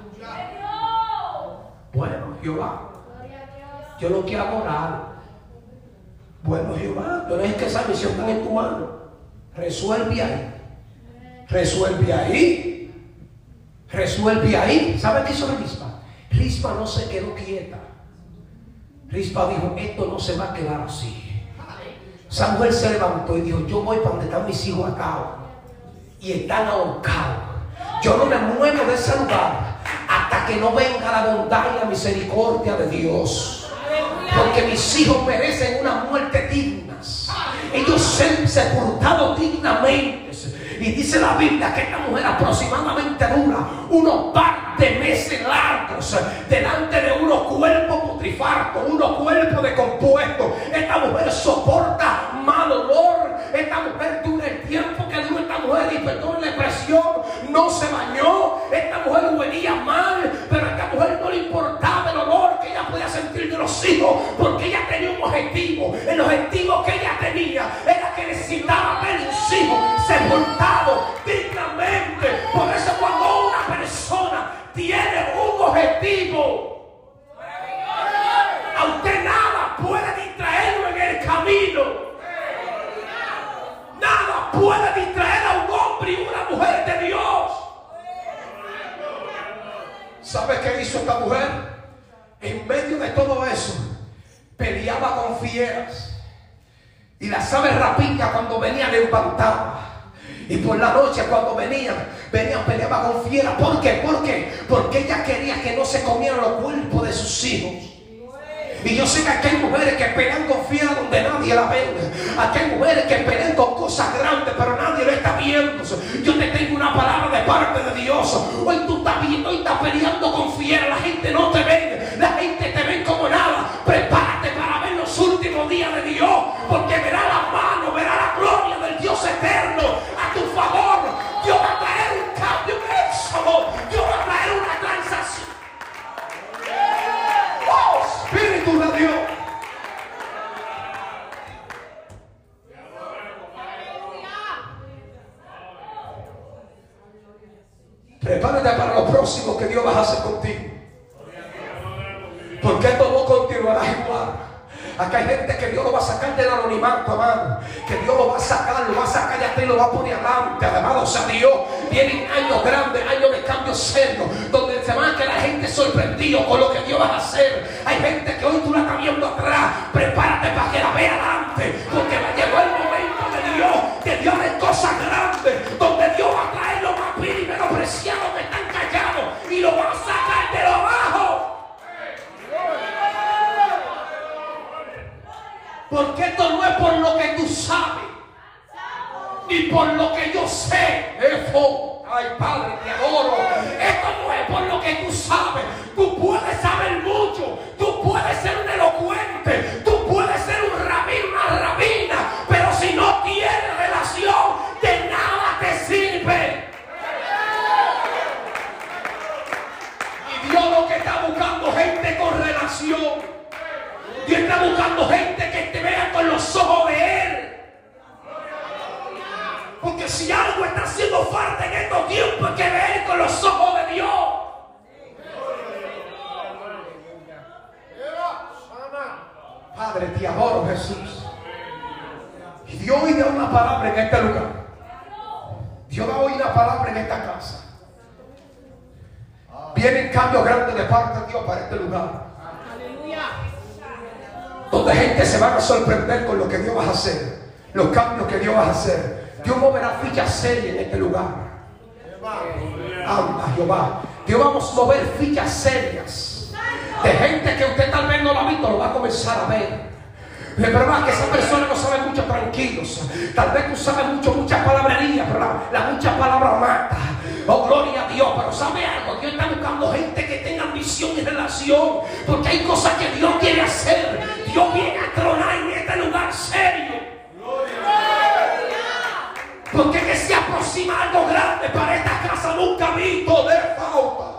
Bueno, Jehová, yo no quiero orar. Bueno, Jehová, tú eres que esa misión está en tu mano. Resuelve ahí. Resuelve ahí. Resuelve ahí. ¿Sabe qué hizo Rispa? Rispa no se quedó quieta. Rispa dijo, esto no se va a quedar así. Samuel se levantó y dijo, yo voy para donde están mis hijos atados y están ahorcados. Yo no me muevo de ese lugar hasta que no venga la bondad y la misericordia de Dios. Porque mis hijos merecen una muerte digna. Ellos ser sepultados dignamente. Y dice la Biblia que esta mujer aproximadamente dura unos par de meses largos delante de unos cuerpos putrefactos, unos cuerpos decompuestos. Esta mujer soporta mal olor. Esta mujer dura el tiempo que dura esta mujer y perdón la expresión, no se bañó. Esta mujer huelía mal, pero a esta mujer no le importaba el olor que ella podía sentir de los hijos, porque ella tenía un objetivo. El objetivo que ella tenía era que necesitaba ver sus hijos sepultados dignamente. Por eso cuando una persona tiene un objetivo, a usted nada puede distraerlo en el camino. Nada puede distraer a un hombre y una mujer de Dios. ¿Sabe qué hizo esta mujer? En medio de todo eso, peleaba con fieras. Y las aves rapiñas cuando venían le espantaba. Y por la noche cuando venían, venían, peleaban con fieras. ¿Por qué? ¿Por qué? Porque ella quería que no se comieran los cuerpos de sus hijos. Y yo sé que aquí hay mujeres que pelean con fieras donde nadie la ve. Aquí hay mujeres que pelean con cosas grandes, pero nadie lo está viendo. Yo te tengo una palabra de parte de Dios. Hoy tú estás viendo, hoy estás peleando con fieras. La gente no te ve, la gente te ve como nada. Prepárate para ver los últimos días de Dios, porque verá la mano, verá la gloria del Dios eterno a tu favor. Dios va a traer un cambio, un éxodo. Dios va a traer una transacción. ¡Oh, Espíritu de Dios! Prepárate para lo próximo que Dios va a hacer contigo. Porque esto no continuará igual. Acá hay gente que Dios lo va a sacar del anonimato, amado. Que Dios lo va a sacar, lo va a sacar de atrás y lo va a poner adelante. Además, o sea, Dios, vienen años grandes, años de cambios serios, donde se va a quedar la gente sorprendido con lo que Dios va a hacer. Hay gente que hoy tú la estás viendo atrás. Prepárate para que la vea adelante, porque llegó el momento de Dios, que Dios hará cosas grandes, donde Dios va a traer lo más vil y menospreciado que están callados y lo va a sacar de lo abajo. Porque esto no es por lo que tú sabes, ni por lo que yo sé. Efo, ay Padre, te adoro. Esto no es por lo que tú sabes. Tú puedes saber mucho, tú puedes ser un elocuente, tú puedes ser un rabino, una rabina, pero si no tienes relación, de nada te sirve. Y Dios lo que está buscando gente con relación. Dios está buscando gente que te vea con los ojos de Él. Porque si algo está haciendo falta en estos tiempos es que ver con los ojos de Dios. Padre, te adoro, Jesús. Y Dios hoy da una palabra en este lugar. Dios da hoy una palabra en esta casa. Vienen cambios grandes de parte de Dios para este lugar. Donde gente se va a sorprender con lo que Dios va a hacer, los cambios que Dios va a hacer. Dios moverá fichas serias en este lugar. Anda, Jehová. Dios vamos a mover fichas serias De gente que usted tal vez no lo ha visto, lo va a comenzar a ver. Es verdad que esa persona no sabe mucho, tranquilos. Tal vez tú sabes mucho, muchas palabrerías, pero la, la mucha palabra mata. Oh, gloria a Dios. Pero ¿sabe algo? Dios está buscando gente que tenga visión y relación. Porque hay cosas que Dios quiere hacer. Dios viene a tronar en este lugar serio. Porque que se aproxima algo grande para esta casa nunca visto de falta.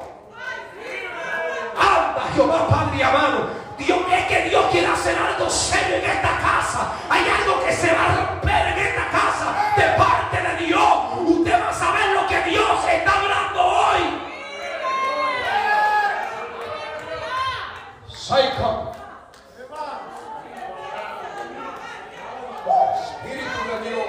Anda, Jehová, Padre y amado. Dios, es que Dios quiere hacer algo serio en esta casa. Hay algo que se va a romper en esta casa de parte de Dios. Usted va a saber lo que Dios está hablando hoy. Saika. Espíritu de Dios.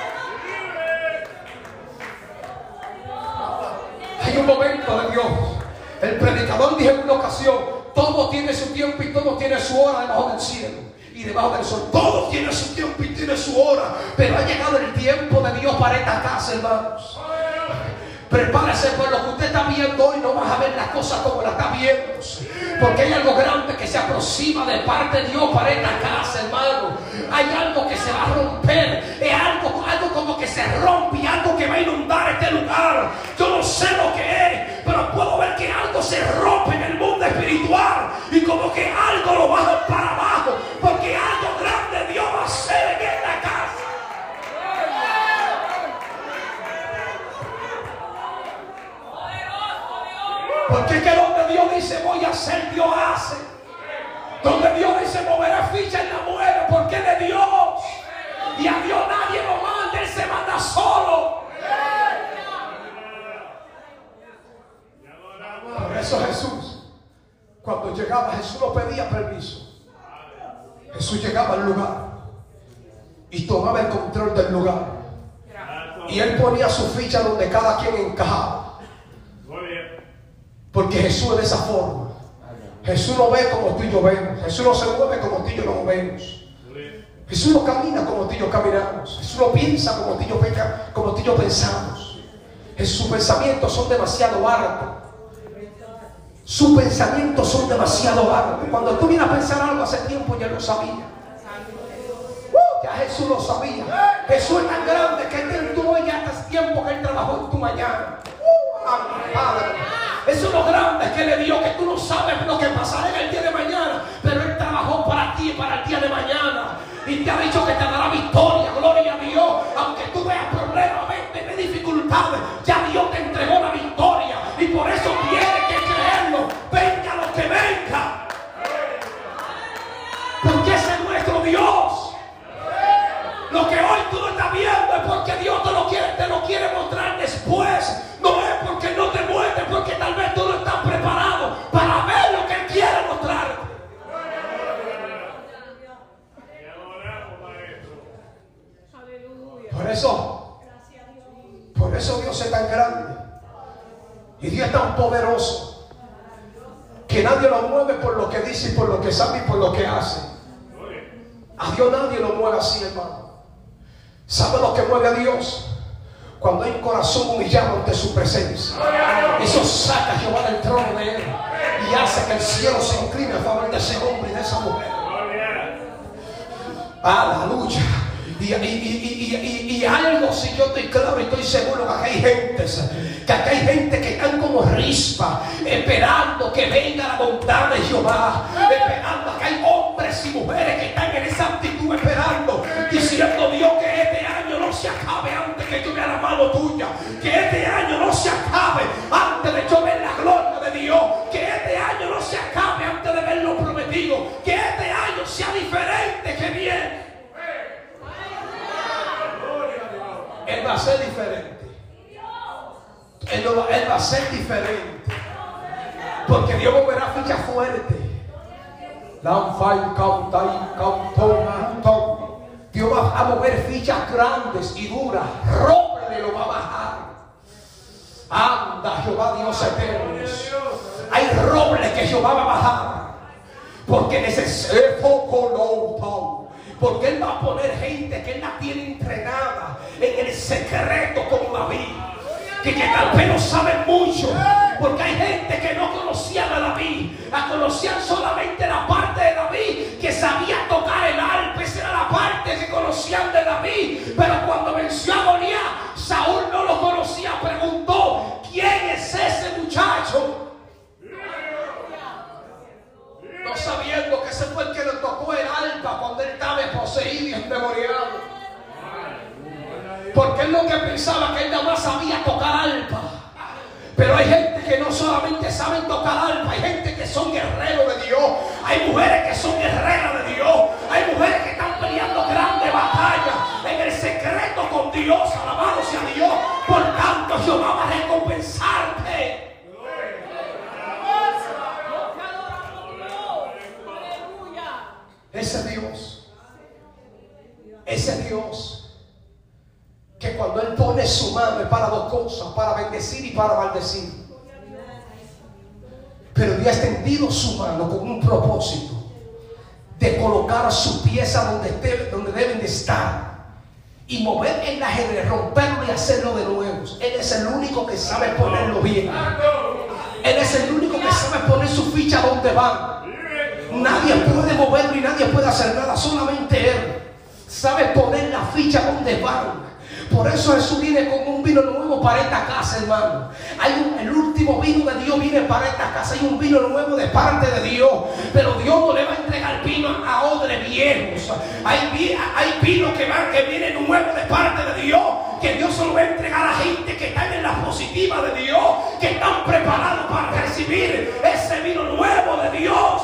Hay un momento de Dios. El predicador dijo en una ocasión: todo tiene su tiempo y todo tiene su hora debajo del cielo y debajo del sol. Todo tiene su tiempo y tiene su hora. Pero ha llegado el tiempo de Dios para esta casa, hermanos. Prepárese, por lo que usted está viendo hoy no vas a ver las cosas como las está viendo. Porque hay algo grande que se aproxima de parte de Dios para esta casa, hermano. Hay algo que se va a romper. Es algo, algo como que se rompe y algo que va a inundar este lugar. Yo no sé lo que es, pero puedo ver que algo se rompe en el mundo espiritual. Y como que algo lo baja para abajo. Porque algo grande Dios va a hacer en esta casa. Porque es que donde Dios dice voy a hacer, Dios hace. Donde Dios dice moveré ficha en la muere, porque es de Dios. Y a Dios nadie lo manda, Él se manda solo. Por eso Jesús, cuando llegaba, Jesús no pedía permiso. Jesús llegaba al lugar y tomaba el control del lugar. Y Él ponía su ficha donde cada quien encajaba. Porque Jesús es de esa forma. Jesús no ve como tú y yo vemos. Jesús no se mueve como tú y yo nos movemos. Jesús no camina como tú y yo caminamos. Jesús no piensa como tú y yo, peca, como tú y yo pensamos. Sus pensamientos son demasiado altos. Sus pensamientos son demasiado altos. Cuando tú vienes a pensar algo hace tiempo ya lo sabía. Uh, ya Jesús lo sabía. Jesús es tan grande que Él tú hoy ya hace tiempo que Él trabajó en tu mañana. Uh, a mi Padre. Eso es lo grande que le dio, que tú no sabes lo que pasará en el día de mañana, pero Él trabajó para ti y para el día de mañana. Y te ha dicho que te dará victoria, gloria a Dios. Aunque tú veas problemas, veas dificultades, ya Dios te entregó la victoria. Y por eso tienes que creerlo, venga lo que venga. Porque ese es nuestro Dios. Lo que hoy tú no estás viendo es porque Dios te lo quiere, te lo quiere mostrar después. No es porque no te muestre, porque tal vez tú no estás preparado para ver lo que Él quiere mostrarte. Por eso, por eso Dios es tan grande y Dios es tan poderoso que nadie lo mueve por lo que dice y por lo que sabe y por lo que hace. A Dios nadie lo mueve así, hermano. ¿Sabe lo que mueve a Dios? Cuando hay un corazón humillado ante su presencia. Eso saca a Jehová del trono de Él y hace que el cielo se incline a favor de ese hombre y de esa mujer. Aleluya. Y, y, y, y, y, y algo, si yo estoy claro y estoy seguro que aquí hay gente, que aquí hay gente que están como rispa, esperando que venga la bondad de Jehová, esperando que hay hombres y mujeres que están en esa actitud esperando, diciendo Dios que este año no se acabe antes que yo vea la mano tuya, que este año no se acabe antes de yo ver la gloria de Dios, que este año no se acabe antes de ver lo prometido, que este año sea diferente que viene. Él va a ser diferente. Él, lo va, él va a ser diferente. Porque Dios moverá ficha fuerte. Dios va a mover fichas grandes y duras. Roble lo va a bajar. Anda, Jehová Dios eterno. Hay roble que Jehová va a bajar. Porque necesita poco. Porque Él va a poner gente que Él la tiene entrenada en el secreto como David. Que, que tal vez no saben mucho. Porque hay gente que no conocían a David. La conocían pensaba que él nada más sabía tocar arpa. Pero hay gente que no solamente saben tocar arpa, hay gente que son guerreros de Dios, hay mujeres que son guerreras de Dios, hay mujeres que están peleando grandes batallas en el secreto con Dios, alabado sea Dios. Por tanto, Jehová va a recompensarte. Ese Dios, ese Dios, que cuando Él pone su mano es para dos cosas, para bendecir y para maldecir. Pero Dios ha extendido su mano con un propósito de colocar sus piezas donde, esté, donde deben de estar y mover el ajedrez, romperlo y hacerlo de nuevo. Él es el único que sabe ponerlo bien. Él es el único que sabe poner su ficha donde van. Nadie puede moverlo y nadie puede hacer nada, solamente Él sabe poner la ficha donde van. Por eso Jesús viene con un vino nuevo para esta casa, hermano. Hay un, el último vino de Dios viene para esta casa. Hay un vino nuevo de parte de Dios. Pero Dios no le va a entregar vino a odres viejos. Hay, hay vino que, va, que viene nuevo de parte de Dios, que Dios se lo va a entregar a gente que están en la positiva de Dios, que están preparados para recibir ese vino nuevo de Dios.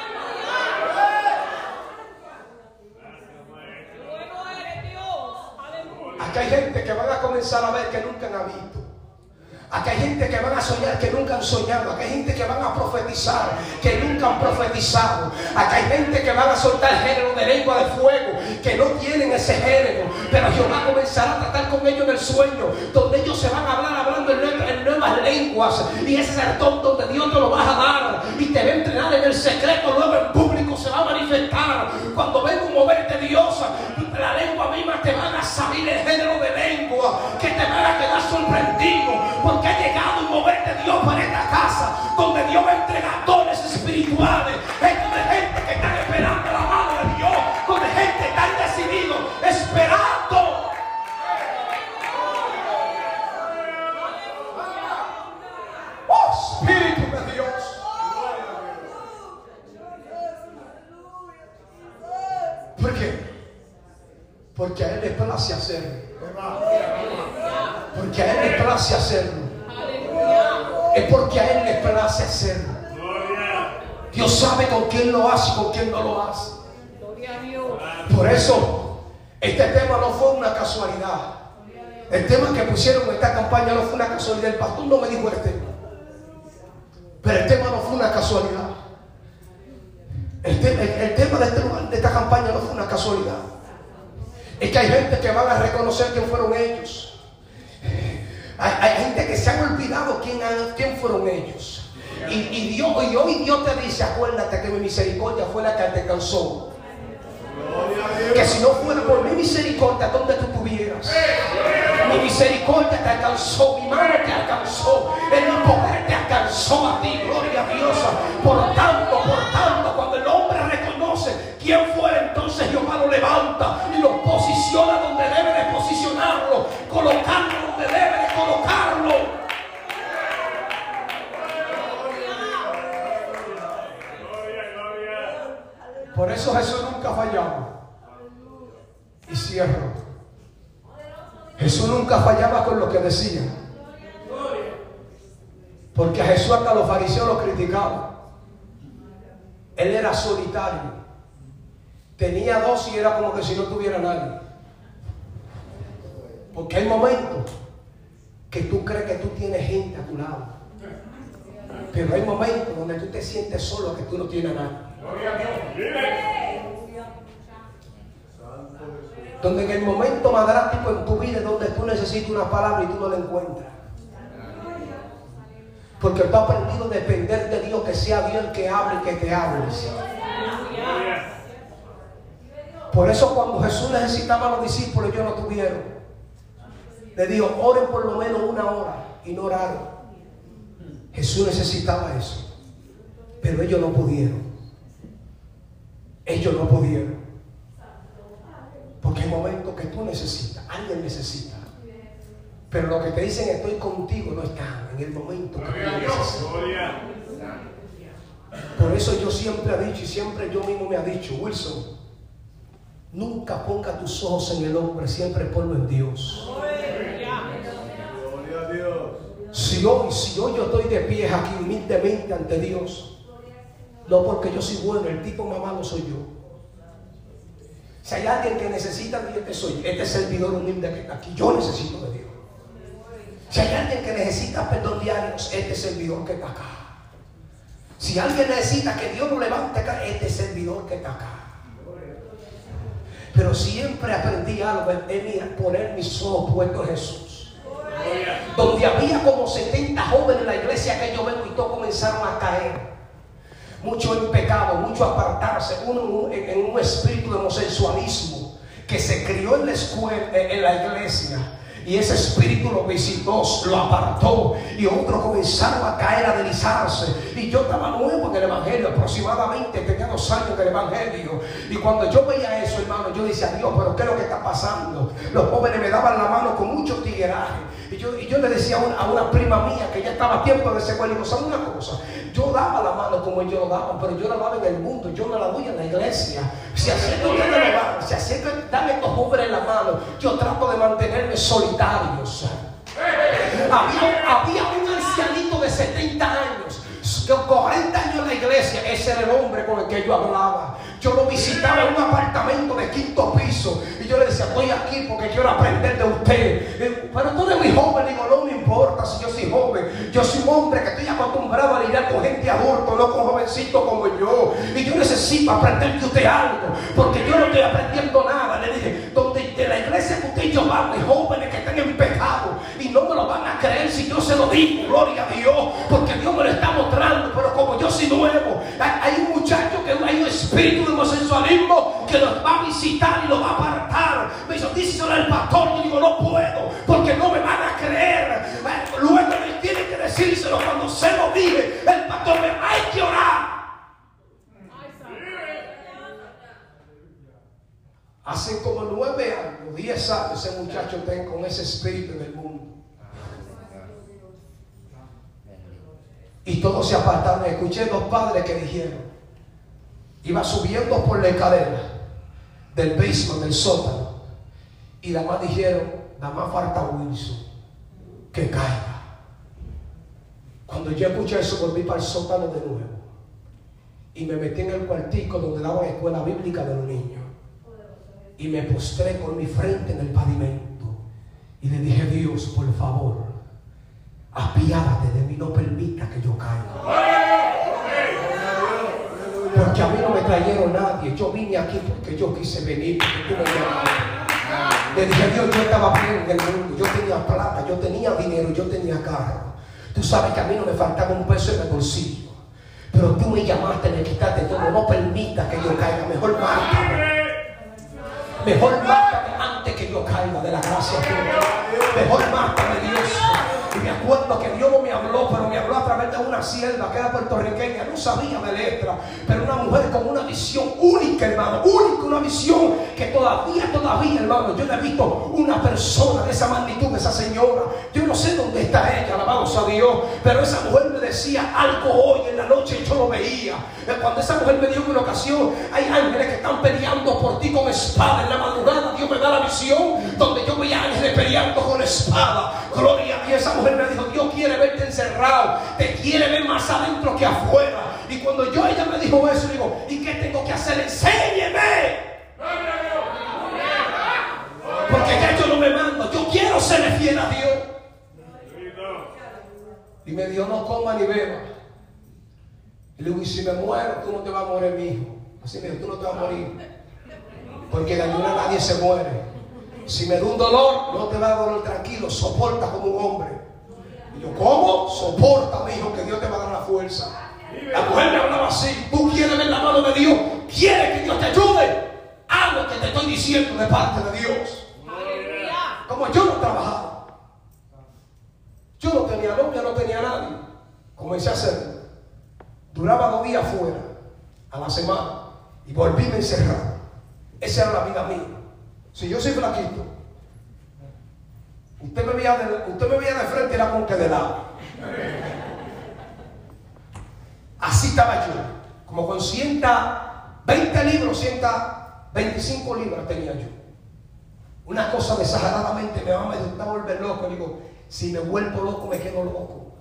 Aquí hay gente que van a comenzar a ver que nunca han visto. Aquí hay gente que van a soñar que nunca han soñado. Aquí hay gente que van a profetizar que nunca han profetizado. Aquí hay gente que van a soltar género de lengua de fuego, que no tienen ese género. Pero Jehová comenzará a tratar con ellos en el sueño, donde ellos se van a hablar hablando en nuevas lenguas. Y ese es el don donde Dios te lo va a dar y te va a entrenar en el secreto. Luego en público se va a manifestar. Cuando venga un mover de Dios, la lengua misma te van a salir el género de lengua, que te van a quedar sorprendido, porque ha llegado un mover de Dios para esta casa, donde Dios va a entregar dones espirituales. Esto de gente que está esperando la mano de Dios, donde gente está decidida, esperando. Oh, Espíritu de Dios. ¿Por qué? Porque a Él le place hacerlo. Porque a Él le place hacerlo. Es porque a Él le place hacerlo. Dios sabe con quién lo hace y con quién no lo hace. Por eso, este tema no fue una casualidad. El tema que pusieron en esta campaña no fue una casualidad. El pastor no me dijo el tema. Pero el tema no fue una casualidad. El, te, el, el tema de, este, de esta campaña no fue una casualidad. Es que hay gente que van a reconocer quién fueron ellos. Hay, hay gente que se han olvidado quién, quién fueron ellos. Y, y, Dios, y hoy Dios te dice: acuérdate que mi misericordia fue la que te alcanzó. Que si no fuera por mi misericordia, ¿dónde tú estuvieras? Mi misericordia te alcanzó, mi mano te alcanzó, el mi poder te alcanzó a ti, gloria a Dios. Por tanto, por tanto, cuando el hombre reconoce quién fuera, entonces Jehová lo levanta y lo posiciona donde debe de posicionarlo, colocarlo donde debe de colocarlo. Por eso Jesús nunca fallaba. Y cierro. Jesús nunca fallaba con lo que decía. Porque a Jesús hasta los fariseos lo criticaban. Él era solitario. Tenía dos y era como que si no tuviera nadie. Porque hay momentos que tú crees que tú tienes gente a tu lado. Pero hay momentos donde tú te sientes solo, que tú no tienes a nadie. Donde en el momento más drástico en tu vida es donde tú necesitas una palabra y tú no la encuentras. Porque tú has aprendido a depender de Dios, que sea Dios el que hable y que te hable. Por eso cuando Jesús necesitaba a los discípulos, ellos no tuvieron. Le dijo: oren por lo menos una hora, y no oraron. Jesús necesitaba eso, pero ellos no pudieron. Ellos no pudieron. Porque hay momentos que tú necesitas, alguien necesita. Pero lo que te dicen estoy contigo no está en el momento que tú necesitas. Por eso yo siempre he dicho y siempre yo mismo me he dicho: Wilson, nunca ponga tus ojos en el hombre, siempre ponlo en Dios. si hoy, si hoy yo estoy de pie aquí humildemente ante Dios, no porque yo soy bueno, el tipo más malo soy yo. Si hay alguien que necesita de Dios, este soy este servidor humilde que está aquí. Yo necesito de Dios. Si hay alguien que necesita perdón diarios, este servidor que está acá. Si alguien necesita que Dios lo levante acá, este servidor que está acá. Pero siempre aprendí algo, es poner mis ojos puestos en Jesús. Donde había como setenta jóvenes en la iglesia que yo vengo y todos comenzaron a caer. Mucho en pecado, mucho apartarse, uno en un espíritu de homosexualismo que se crió en la escuela, en la iglesia. Y ese espíritu lo visitó, lo apartó. Y otros comenzaron a caer, a deslizarse. Y yo estaba nuevo en el evangelio, aproximadamente tenía dos años en el evangelio. Y cuando yo veía eso, hermano, yo decía, Dios, pero ¿qué es lo que está pasando? Los jóvenes me daban la mano con mucho tigueraje. Y yo, y yo le decía a una, a una prima mía que ya estaba a tiempo de ser, y digo, ¿sabe una cosa? Yo daba la mano como ellos lo daban, pero yo la daba en el mundo, yo no la doy en la iglesia. Si haciendo ustedes lo dan, si haciendo dan estos jóvenes la mano, yo trato de mantenerme solitarios. Había, había un ancianito de setenta años, cuarenta años en la iglesia. Ese era el hombre con el que yo hablaba. Yo lo visitaba en un apartamento de quinto piso y yo le decía, estoy aquí porque quiero aprender de usted. Pero tú eres muy joven. Digo, no me importa si yo soy joven. Yo soy un hombre que estoy acostumbrado a lidiar con gente adulta, no con jovencitos como yo. Y yo necesito aprender de usted algo, porque yo no estoy aprendiendo nada. Le dije, donde de la iglesia que usted y yo vamos, jóvenes que están en pecado y no me lo van a creer si yo se lo digo, gloria a Dios, porque Dios me lo está mostrando. Pero como yo soy nuevo, hay un muchacho que hay un espíritu de homosexualismo que los va a visitar y los va a apartar. Me dice, díselo al pastor. Yo digo, no puedo, porque no me van a creer. Luego me tiene que decírselo. Cuando se lo dije, el pastor me hay que orar. Hace como nueve años, diez años, ese muchacho está con ese espíritu en el mundo. Y todos se apartaron. Escuché dos padres que dijeron, iba subiendo por la escalera del basement, del sótano, y la más dijeron, nada más falta Wilson que caiga. Cuando yo escuché eso, volví para el sótano de nuevo y me metí en el cuartico donde daban escuela bíblica de los niños y me postré con mi frente en el pavimento y le dije, Dios, por favor, apiádate de mí, no permita que yo caiga. Porque a mí no me trajeron nadie. Yo vine aquí porque yo quise venir, porque tú me llamaste. Le dije, Dios, yo estaba bien en el mundo. Yo tenía plata, yo tenía dinero, yo tenía carro. Tú sabes que a mí no me faltaba un peso en el bolsillo. Pero tú me llamaste, me quitaste todo. No permita que yo caiga. Mejor mátame. Mejor mátame antes que yo caiga de la gracia tuya. Mejor mátame, Dios. Y me acuerdo que Dios no me habló, pero me habló a través de una sierva que era puertorriqueña, no sabía de letra, pero una mujer con una visión única, hermano, única, una visión que todavía, todavía, hermano, yo no he visto una persona de esa magnitud, de esa señora. Yo no sé dónde está ella, alabados a Dios, pero esa mujer me decía algo hoy en la noche y yo lo veía. Cuando esa mujer me dijo en una ocasión, hay ángeles que están peleando por ti con espada. En la madrugada Dios me da la visión donde yo veía ángeles peleando con espada. Gloria a Dios. Esa mujer me dijo, Dios quiere verte encerrado, te quiere ver más adentro que afuera. Y cuando yo ella me dijo eso, digo, ¿y qué tengo que hacer? Enséñeme. Porque ya yo no me mando, yo quiero serle fiel a Dios. Y me dijo, no coma ni beba. Y le digo, y si me muero, tú no te vas a morir, mi hijo. Así me dijo, tú no te vas a morir, porque de ayuno nadie se muere. Si me da un dolor, no te va a dar dolor, tranquilo, soporta como un hombre. Y yo, ¿cómo? Soporta, mi hijo, que Dios te va a dar la fuerza. La mujer me hablaba así, tú quieres ver la mano de Dios, quieres que Dios te ayude, haz lo que te estoy diciendo de parte de Dios. Como yo no trabajaba, yo no tenía novia, no tenía nadie, comencé a hacerlo. Duraba dos días fuera a la semana y volví a encerrar. Esa era la vida mía. Si yo soy flaquito, usted me veía de, usted me veía de frente y era como que de lado. Así estaba yo, como con ciento veinte libros, ciento veinticinco libras tenía yo. Una cosa desajaradamente, mi mamá me intentaba volver loco. Digo, si me vuelvo loco, me quedo loco.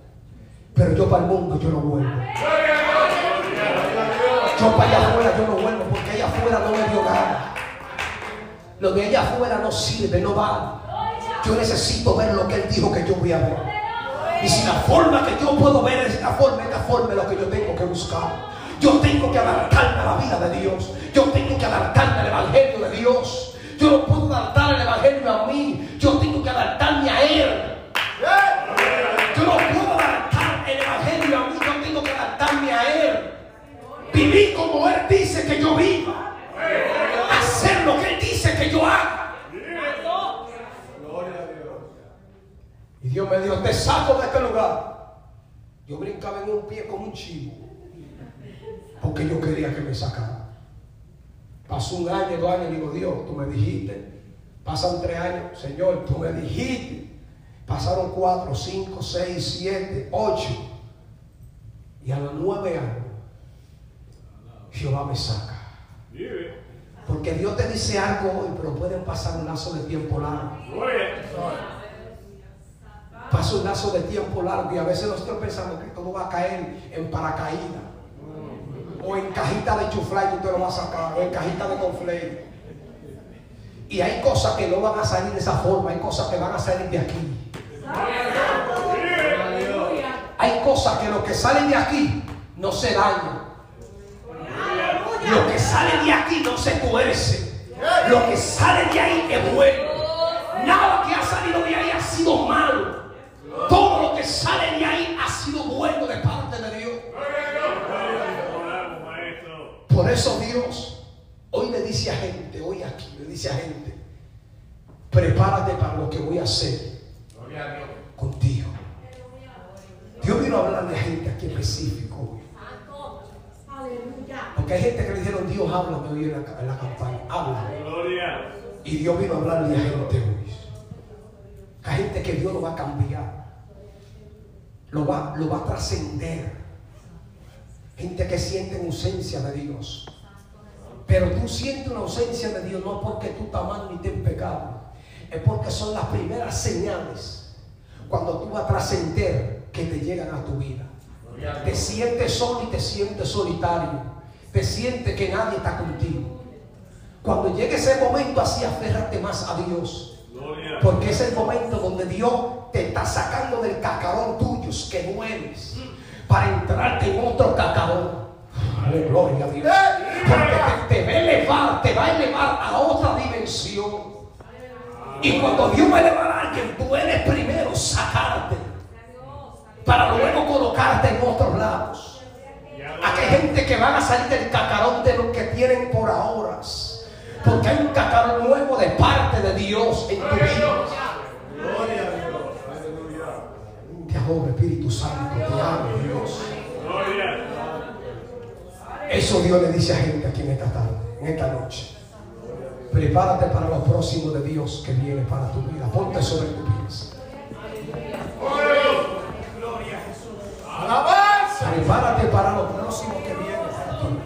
pero yo para el mundo yo no vuelvo. Yo para allá afuera yo no vuelvo, porque allá afuera no me dio nada. Lo de allá afuera no sirve, no vale. Yo necesito ver lo que Él dijo que yo voy a ver. Y si la forma que yo puedo ver es la forma, es la forma de lo que yo tengo que buscar. Yo tengo que adaptarme a la vida de Dios. Yo tengo que adaptarme al Evangelio de Dios. Yo no puedo adaptar el Evangelio a mí. Yo tengo que adaptarme a Él. Yo no puedo adaptar el Evangelio a mí. Yo tengo que adaptarme a Él. Vivir como Él dice que yo viva. Hacer lo que Él dice que yo haga. Y Dios me dijo, te saco de este lugar. Yo brincaba en un pie como un chivo, porque yo quería que me sacara. Pasó un año, dos años, y digo, Dios, tú me dijiste. Pasan tres años, Señor, tú me dijiste. Pasaron cuatro, cinco, seis, siete, ocho. Y a los nueve años, Jehová me saca. Porque Dios te dice algo hoy, pero pueden pasar un lazo de tiempo largo. Pasa un lazo de tiempo largo y a veces nosotros pensamos que todo va a caer en paracaídas. O en cajita de chuflay tú te lo vas a sacar, o en cajita de conflay. Y hay cosas que no van a salir de esa forma, hay cosas que van a salir de aquí. Hay cosas que lo que salen de aquí no se dañan. Lo que sale de aquí no se tuerce. Lo que sale de ahí es bueno. Nada que ha salido de ahí ha sido malo. Todo lo que sale de ahí ha sido bueno de parte de Dios. Por eso Dios hoy le dice a gente, hoy aquí le dice a gente, prepárate para lo que voy a hacer contigo. Dios vino a hablarle a gente aquí específico hoy. Porque hay gente que le dijeron, Dios, háblame hoy en la, en la campaña, háblame. Y Dios vino a hablarle a gente hoy. Hay gente que Dios lo va a cambiar, lo va, lo va a trascender. Gente que siente una ausencia de Dios. Pero tú sientes una ausencia de Dios no porque tú estás mal ni estás en pecado, es porque son las primeras señales cuando tú vas a trascender que te llegan a tu vida. Te sientes solo y te sientes solitario. Te sientes que nadie está contigo. Cuando llegue ese momento, así aférrate más a Dios. Porque es el momento donde Dios te está sacando del cacarón tuyo que dueles para entrarte en otro cacarón. Gloria a Dios. Porque te, te va a elevar, te va a elevar a otra dimensión. Y cuando Dios va a elevar a alguien, tú eres primero sacarte para luego colocarte en otros lados. Aquí hay gente que van a salir del cacarón de lo que tienen por ahora, porque hay un cacarón nuevo de parte de Dios en tu vida. Gloria a Dios. Te amo, Espíritu Santo, te amo, Dios. Eso Dios le dice a gente aquí en esta tarde, en esta noche. Prepárate para lo próximo de Dios que viene para tu vida. Ponte sobre tus pies. Gloria a Jesús. Alabanza. Prepárate para lo próximo que viene para tu vida.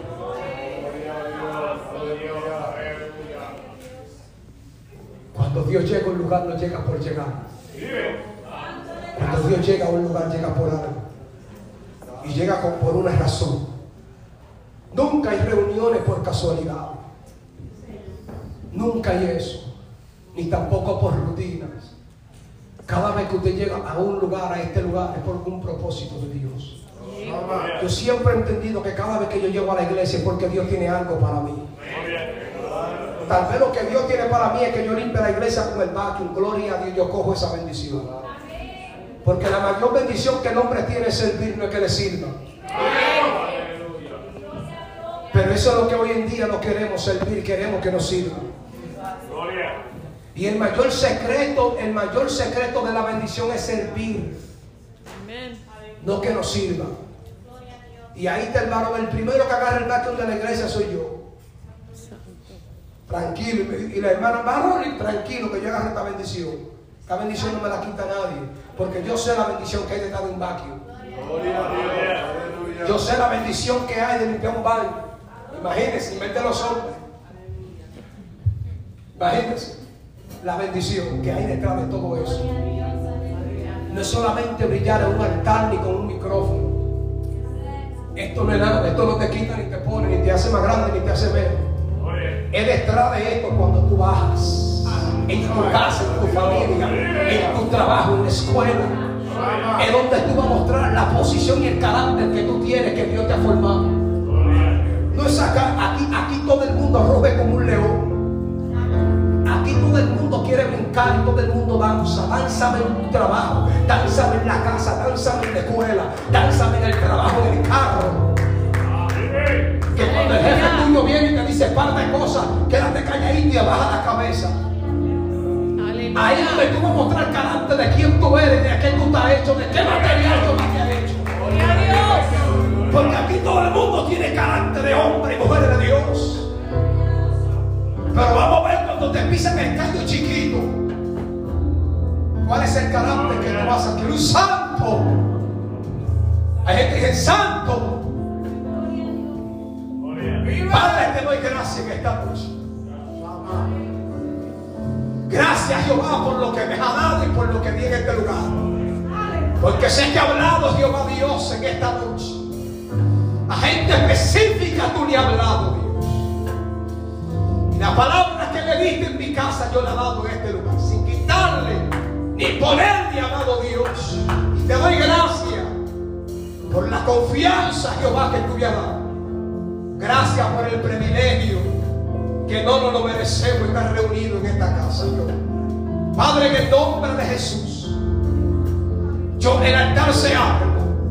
Cuando Dios llega a un lugar, no llega por llegar. Cuando Dios llega a un lugar, llega por algo. Y llega con, por una razón. Nunca hay reuniones por casualidad. Nunca hay eso. Ni tampoco por rutinas. Cada vez que usted llega a un lugar, a este lugar, es por un propósito de Dios. Yo siempre he entendido que cada vez que yo llego a la iglesia es porque Dios tiene algo para mí. Tal vez lo que Dios tiene para mí es que yo limpie la iglesia con el vacuum. Gloria a Dios, yo cojo esa bendición. Porque la mayor bendición que el hombre tiene es servir, no es que le sirva. Pero eso es lo que hoy en día no queremos, servir, queremos que nos sirva. Y el mayor secreto, el mayor secreto de la bendición es servir, no que nos sirva. Y ahí está el varón, el primero que agarra el vacuum de la iglesia soy yo. Tranquilo, y la hermana, varón, tranquilo que yo agarre esta bendición. Esta bendición no me la quita nadie, porque yo sé la bendición que hay detrás de un vacuum. Yo sé la bendición que hay de limpiar un baño. Imagínense, invente los hombres. Imagínense la bendición que hay detrás de todo eso. no es solamente brillar en un altar ni con un micrófono. Esto no es nada, esto no te quita ni te pone, ni te hace más grande, ni te hace menos. Es detrás de esto cuando tú bajas, en tu casa, en tu familia, en tu trabajo, en la escuela, es donde tú vas a mostrar la posición y el carácter que tú tienes, que Dios te ha formado. No es acá, aquí, aquí todo el mundo ruge como un león. Aquí todo el mundo quiere brincar y todo el mundo danza. Dánzame en tu trabajo, dánzame en la casa, dánzame en la escuela, dánzame en el trabajo, en el carro. Que cuando el jefe tuyo viene y te dice par de cosas, quédate calladito y baja la cabeza. Ahí es donde tú vas a mostrar el carácter de quién tú eres, de qué tú estás hecho, de qué material Dios te ha hecho. Porque aquí todo el mundo tiene carácter de hombre y mujer de Dios. Pero vamos a ver cuando te pisen el callo chiquito, ¿cuál es el carácter que tú vas a querer? Un santo. Hay gente que es santo. Padre, te doy gracias en esta noche. Gracias, Jehová, por lo que me has dado y por lo que vi en este lugar. Porque sé que ha hablado Jehová Dios en esta noche. A gente específica tú le has hablado, Dios. Y la palabra que le diste en mi casa yo la he dado en este lugar, sin quitarle ni ponerle, amado Dios. Y te doy gracias por la confianza, Jehová, que tú me has dado. Gracias por el privilegio que no nos lo merecemos estar reunidos en esta casa, Dios. Padre, en el nombre de Jesús, yo el altar se abre.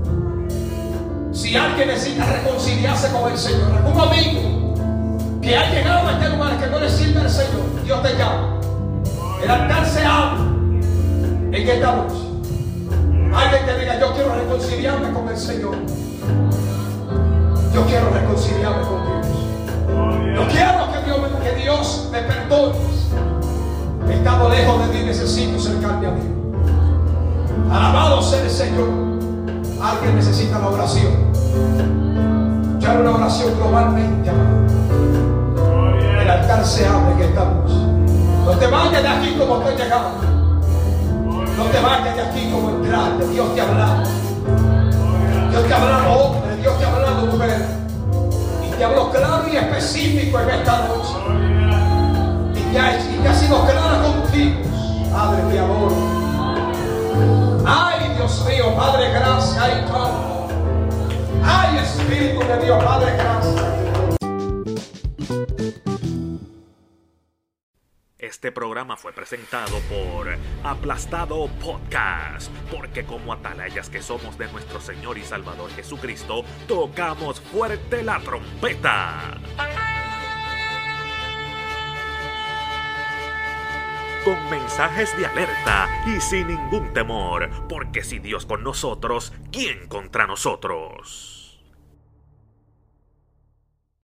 Si alguien necesita reconciliarse con el Señor, algún amigo que ha llegado a este lugar que no le sirve al Señor, Dios te llama. El altar se abre en esta noche. Alguien que diga, yo quiero reconciliarme con el Señor. Yo quiero reconciliarme con Dios. Yo quiero que Dios, que Dios me perdone. He estado lejos de ti, necesito acercarme a Dios. Alabado sea el Señor. Alguien necesita la oración. Ya una oración globalmente, amado. El altar se abre en esta noche. No te vayas de aquí como estoy llegando. No te vayas de aquí como entraste. Dios te ha hablado. Dios te ha hablado, hombre. Dios te ha hablado, mujer. Y te habló claro y específico en esta noche. Y te ha, y te ha sido claro contigo. Padre, te adoro. Ay, Dios mío, Padre, gracias. Ay, Padre. Ay, Espíritu de Dios, Padre, gracias. Este programa fue presentado por Aplastado Podcast, porque como atalayas que somos de nuestro Señor y Salvador Jesucristo, tocamos fuerte la trompeta. Con mensajes de alerta y sin ningún temor, porque si Dios con nosotros, ¿quién contra nosotros?